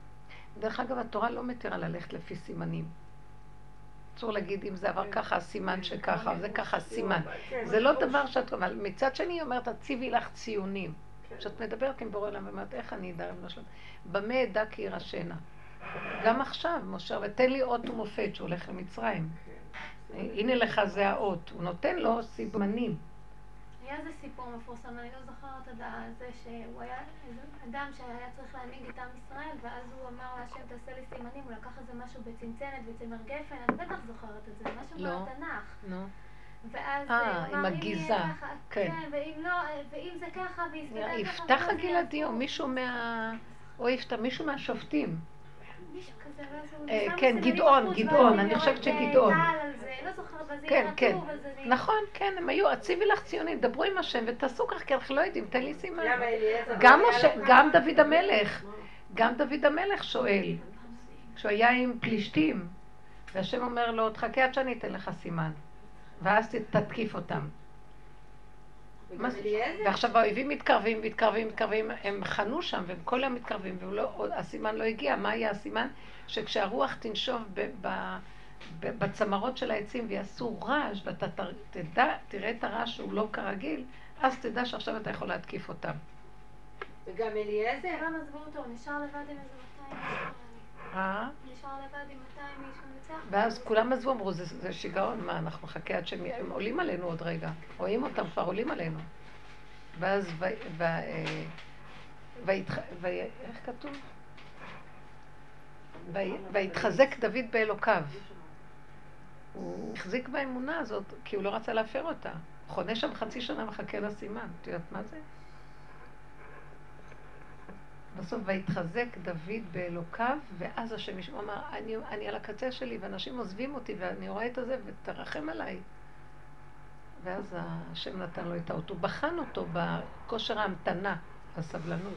S2: דרך אגב, התורה לא מתירה ללכת לפי סימנים. אסור להגיד אם זה עבר ככה, סימן שככה, זה ככה, סימן. זה לא דבר שאת אומרת. מצד שני, היא אומרת, תציבי לך ציונים. כשאת מדברת עם בורא עולם ואומרת, איך אני אדע רבנו שלום? במה אדע כי ירשנה? גם עכשיו, משה, ותן לי אות ומופת שהוא הולך למצרים. הנה לך זה האות. הוא נותן לו סימנים.
S3: היה איזה סיפור מפורסם, אני לא זוכרת את זה, שהוא היה איזה אדם שהיה צריך להנהיג את עם ישראל, ואז הוא אמר להשם תעשה לי סימנים, הוא לקח איזה משהו בצנצנת וצמר גפן, את בטח זוכרת את זה, משהו מהתנ"ך.
S2: נו.
S3: ואז
S2: עם הגיזה, כן.
S3: ואם לא, ואם זה ככה, ויסתכל ככה...
S2: יפתח הגלעדי, או מישהו מישהו מהשופטים.
S3: מישהו כזה, ואז הוא...
S2: כן, גדעון, אני חושבת שגדעון.
S3: לא זוכרת, ואז
S2: כן, כן.
S3: זה...
S2: נכון, כן, הם היו, הציבי לך ציונים, דברו עם השם ותעשו כך, כי אנחנו לא יודעים, תן לי סימן. גם דוד המלך שואל, כשהוא היה עם פלישתים, והשם אומר לו, תחכה עד שאני אתן לך סימן, ואז תתקיף אותם. ועכשיו האויבים מתקרבים, הם חנו שם, והם כל היום מתקרבים, והסימן לא הגיע. מה יהיה הסימן? שכשהרוח תנשוב בצמרות של העצים ויעשו רעש, ואתה תראה את הרעש שהוא לא כרגיל, אז תדע שעכשיו אתה יכול להתקיף אותם.
S6: וגם אליעזר.
S3: כולם עזבו אותו, הוא נשאר לבד עם איזה 200 איש. נשאר לבד עם 200 איש ונצח.
S2: ואז כולם עזבו, אמרו, זה שיגעון, מה, אנחנו נחכה עד שהם עולים עלינו עוד רגע. רואים אותם, כבר עולים עלינו. ואז, איך כתוב? והתחזק דוד באלוקיו. הוא החזיק באמונה הזאת, כי הוא לא רצה להפר אותה. הוא חונה שם חצי שנה מחכה לסימן. את יודעת מה זה? בסוף והתחזק דוד באלוקיו, ואז השם אמר, אני על הקצה שלי, ואנשים עוזבים אותי, ואני רואה את זה, ותרחם עליי. ואז השם נתן לו את האות. הוא בחן אותו בכושר ההמתנה, הסבלנות.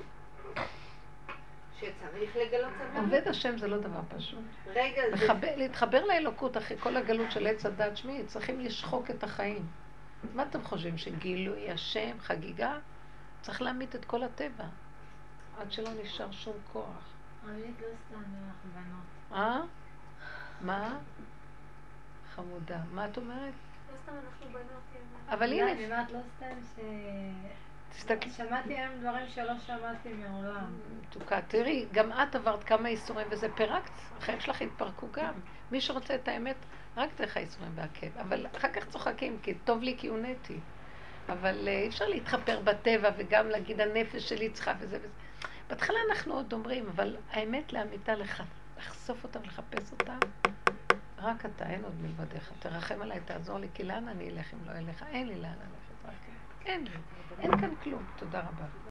S6: שצריך לגלות סבלנות.
S2: עובד השם זה לא דבר פשוט.
S6: רגע,
S2: להתחבר לאלוקות אחרי כל הגלות של עץ הדת, שמי, צריכים לשחוק את החיים. מה אתם חושבים, שגילוי השם, חגיגה? צריך להעמיד את כל הטבע. עד שלא נשאר שום כוח.
S4: רבנית לא סתם לך בנות.
S2: מה? חמודה. מה את אומרת?
S3: לא סתם אנחנו בנות.
S2: אבל הנה...
S4: אני אומרת לא סתם שמעתי היום דברים שלא שמעתי מעולם.
S2: תוקה, תראי, גם את עברת כמה איסורים וזה פרקת, החיים שלך התפרקו גם. מי שרוצה את האמת, רק דרך האיסורים והכאב. אבל אחר כך צוחקים, כי טוב לי כי הונאתי. אבל אי אפשר להתחפר בטבע וגם להגיד הנפש שלי צריכה וזה וזה. בהתחלה אנחנו עוד אומרים, אבל האמת לאמיתה לחשוף אותם, לחפש אותם, רק אתה, אין עוד מלבדיך. תרחם עליי, תעזור לי, כי לאן אני אלך אם לא אליך? אין לי לאן ללכת, רק אין לי. אין כאן כלום. תודה רבה.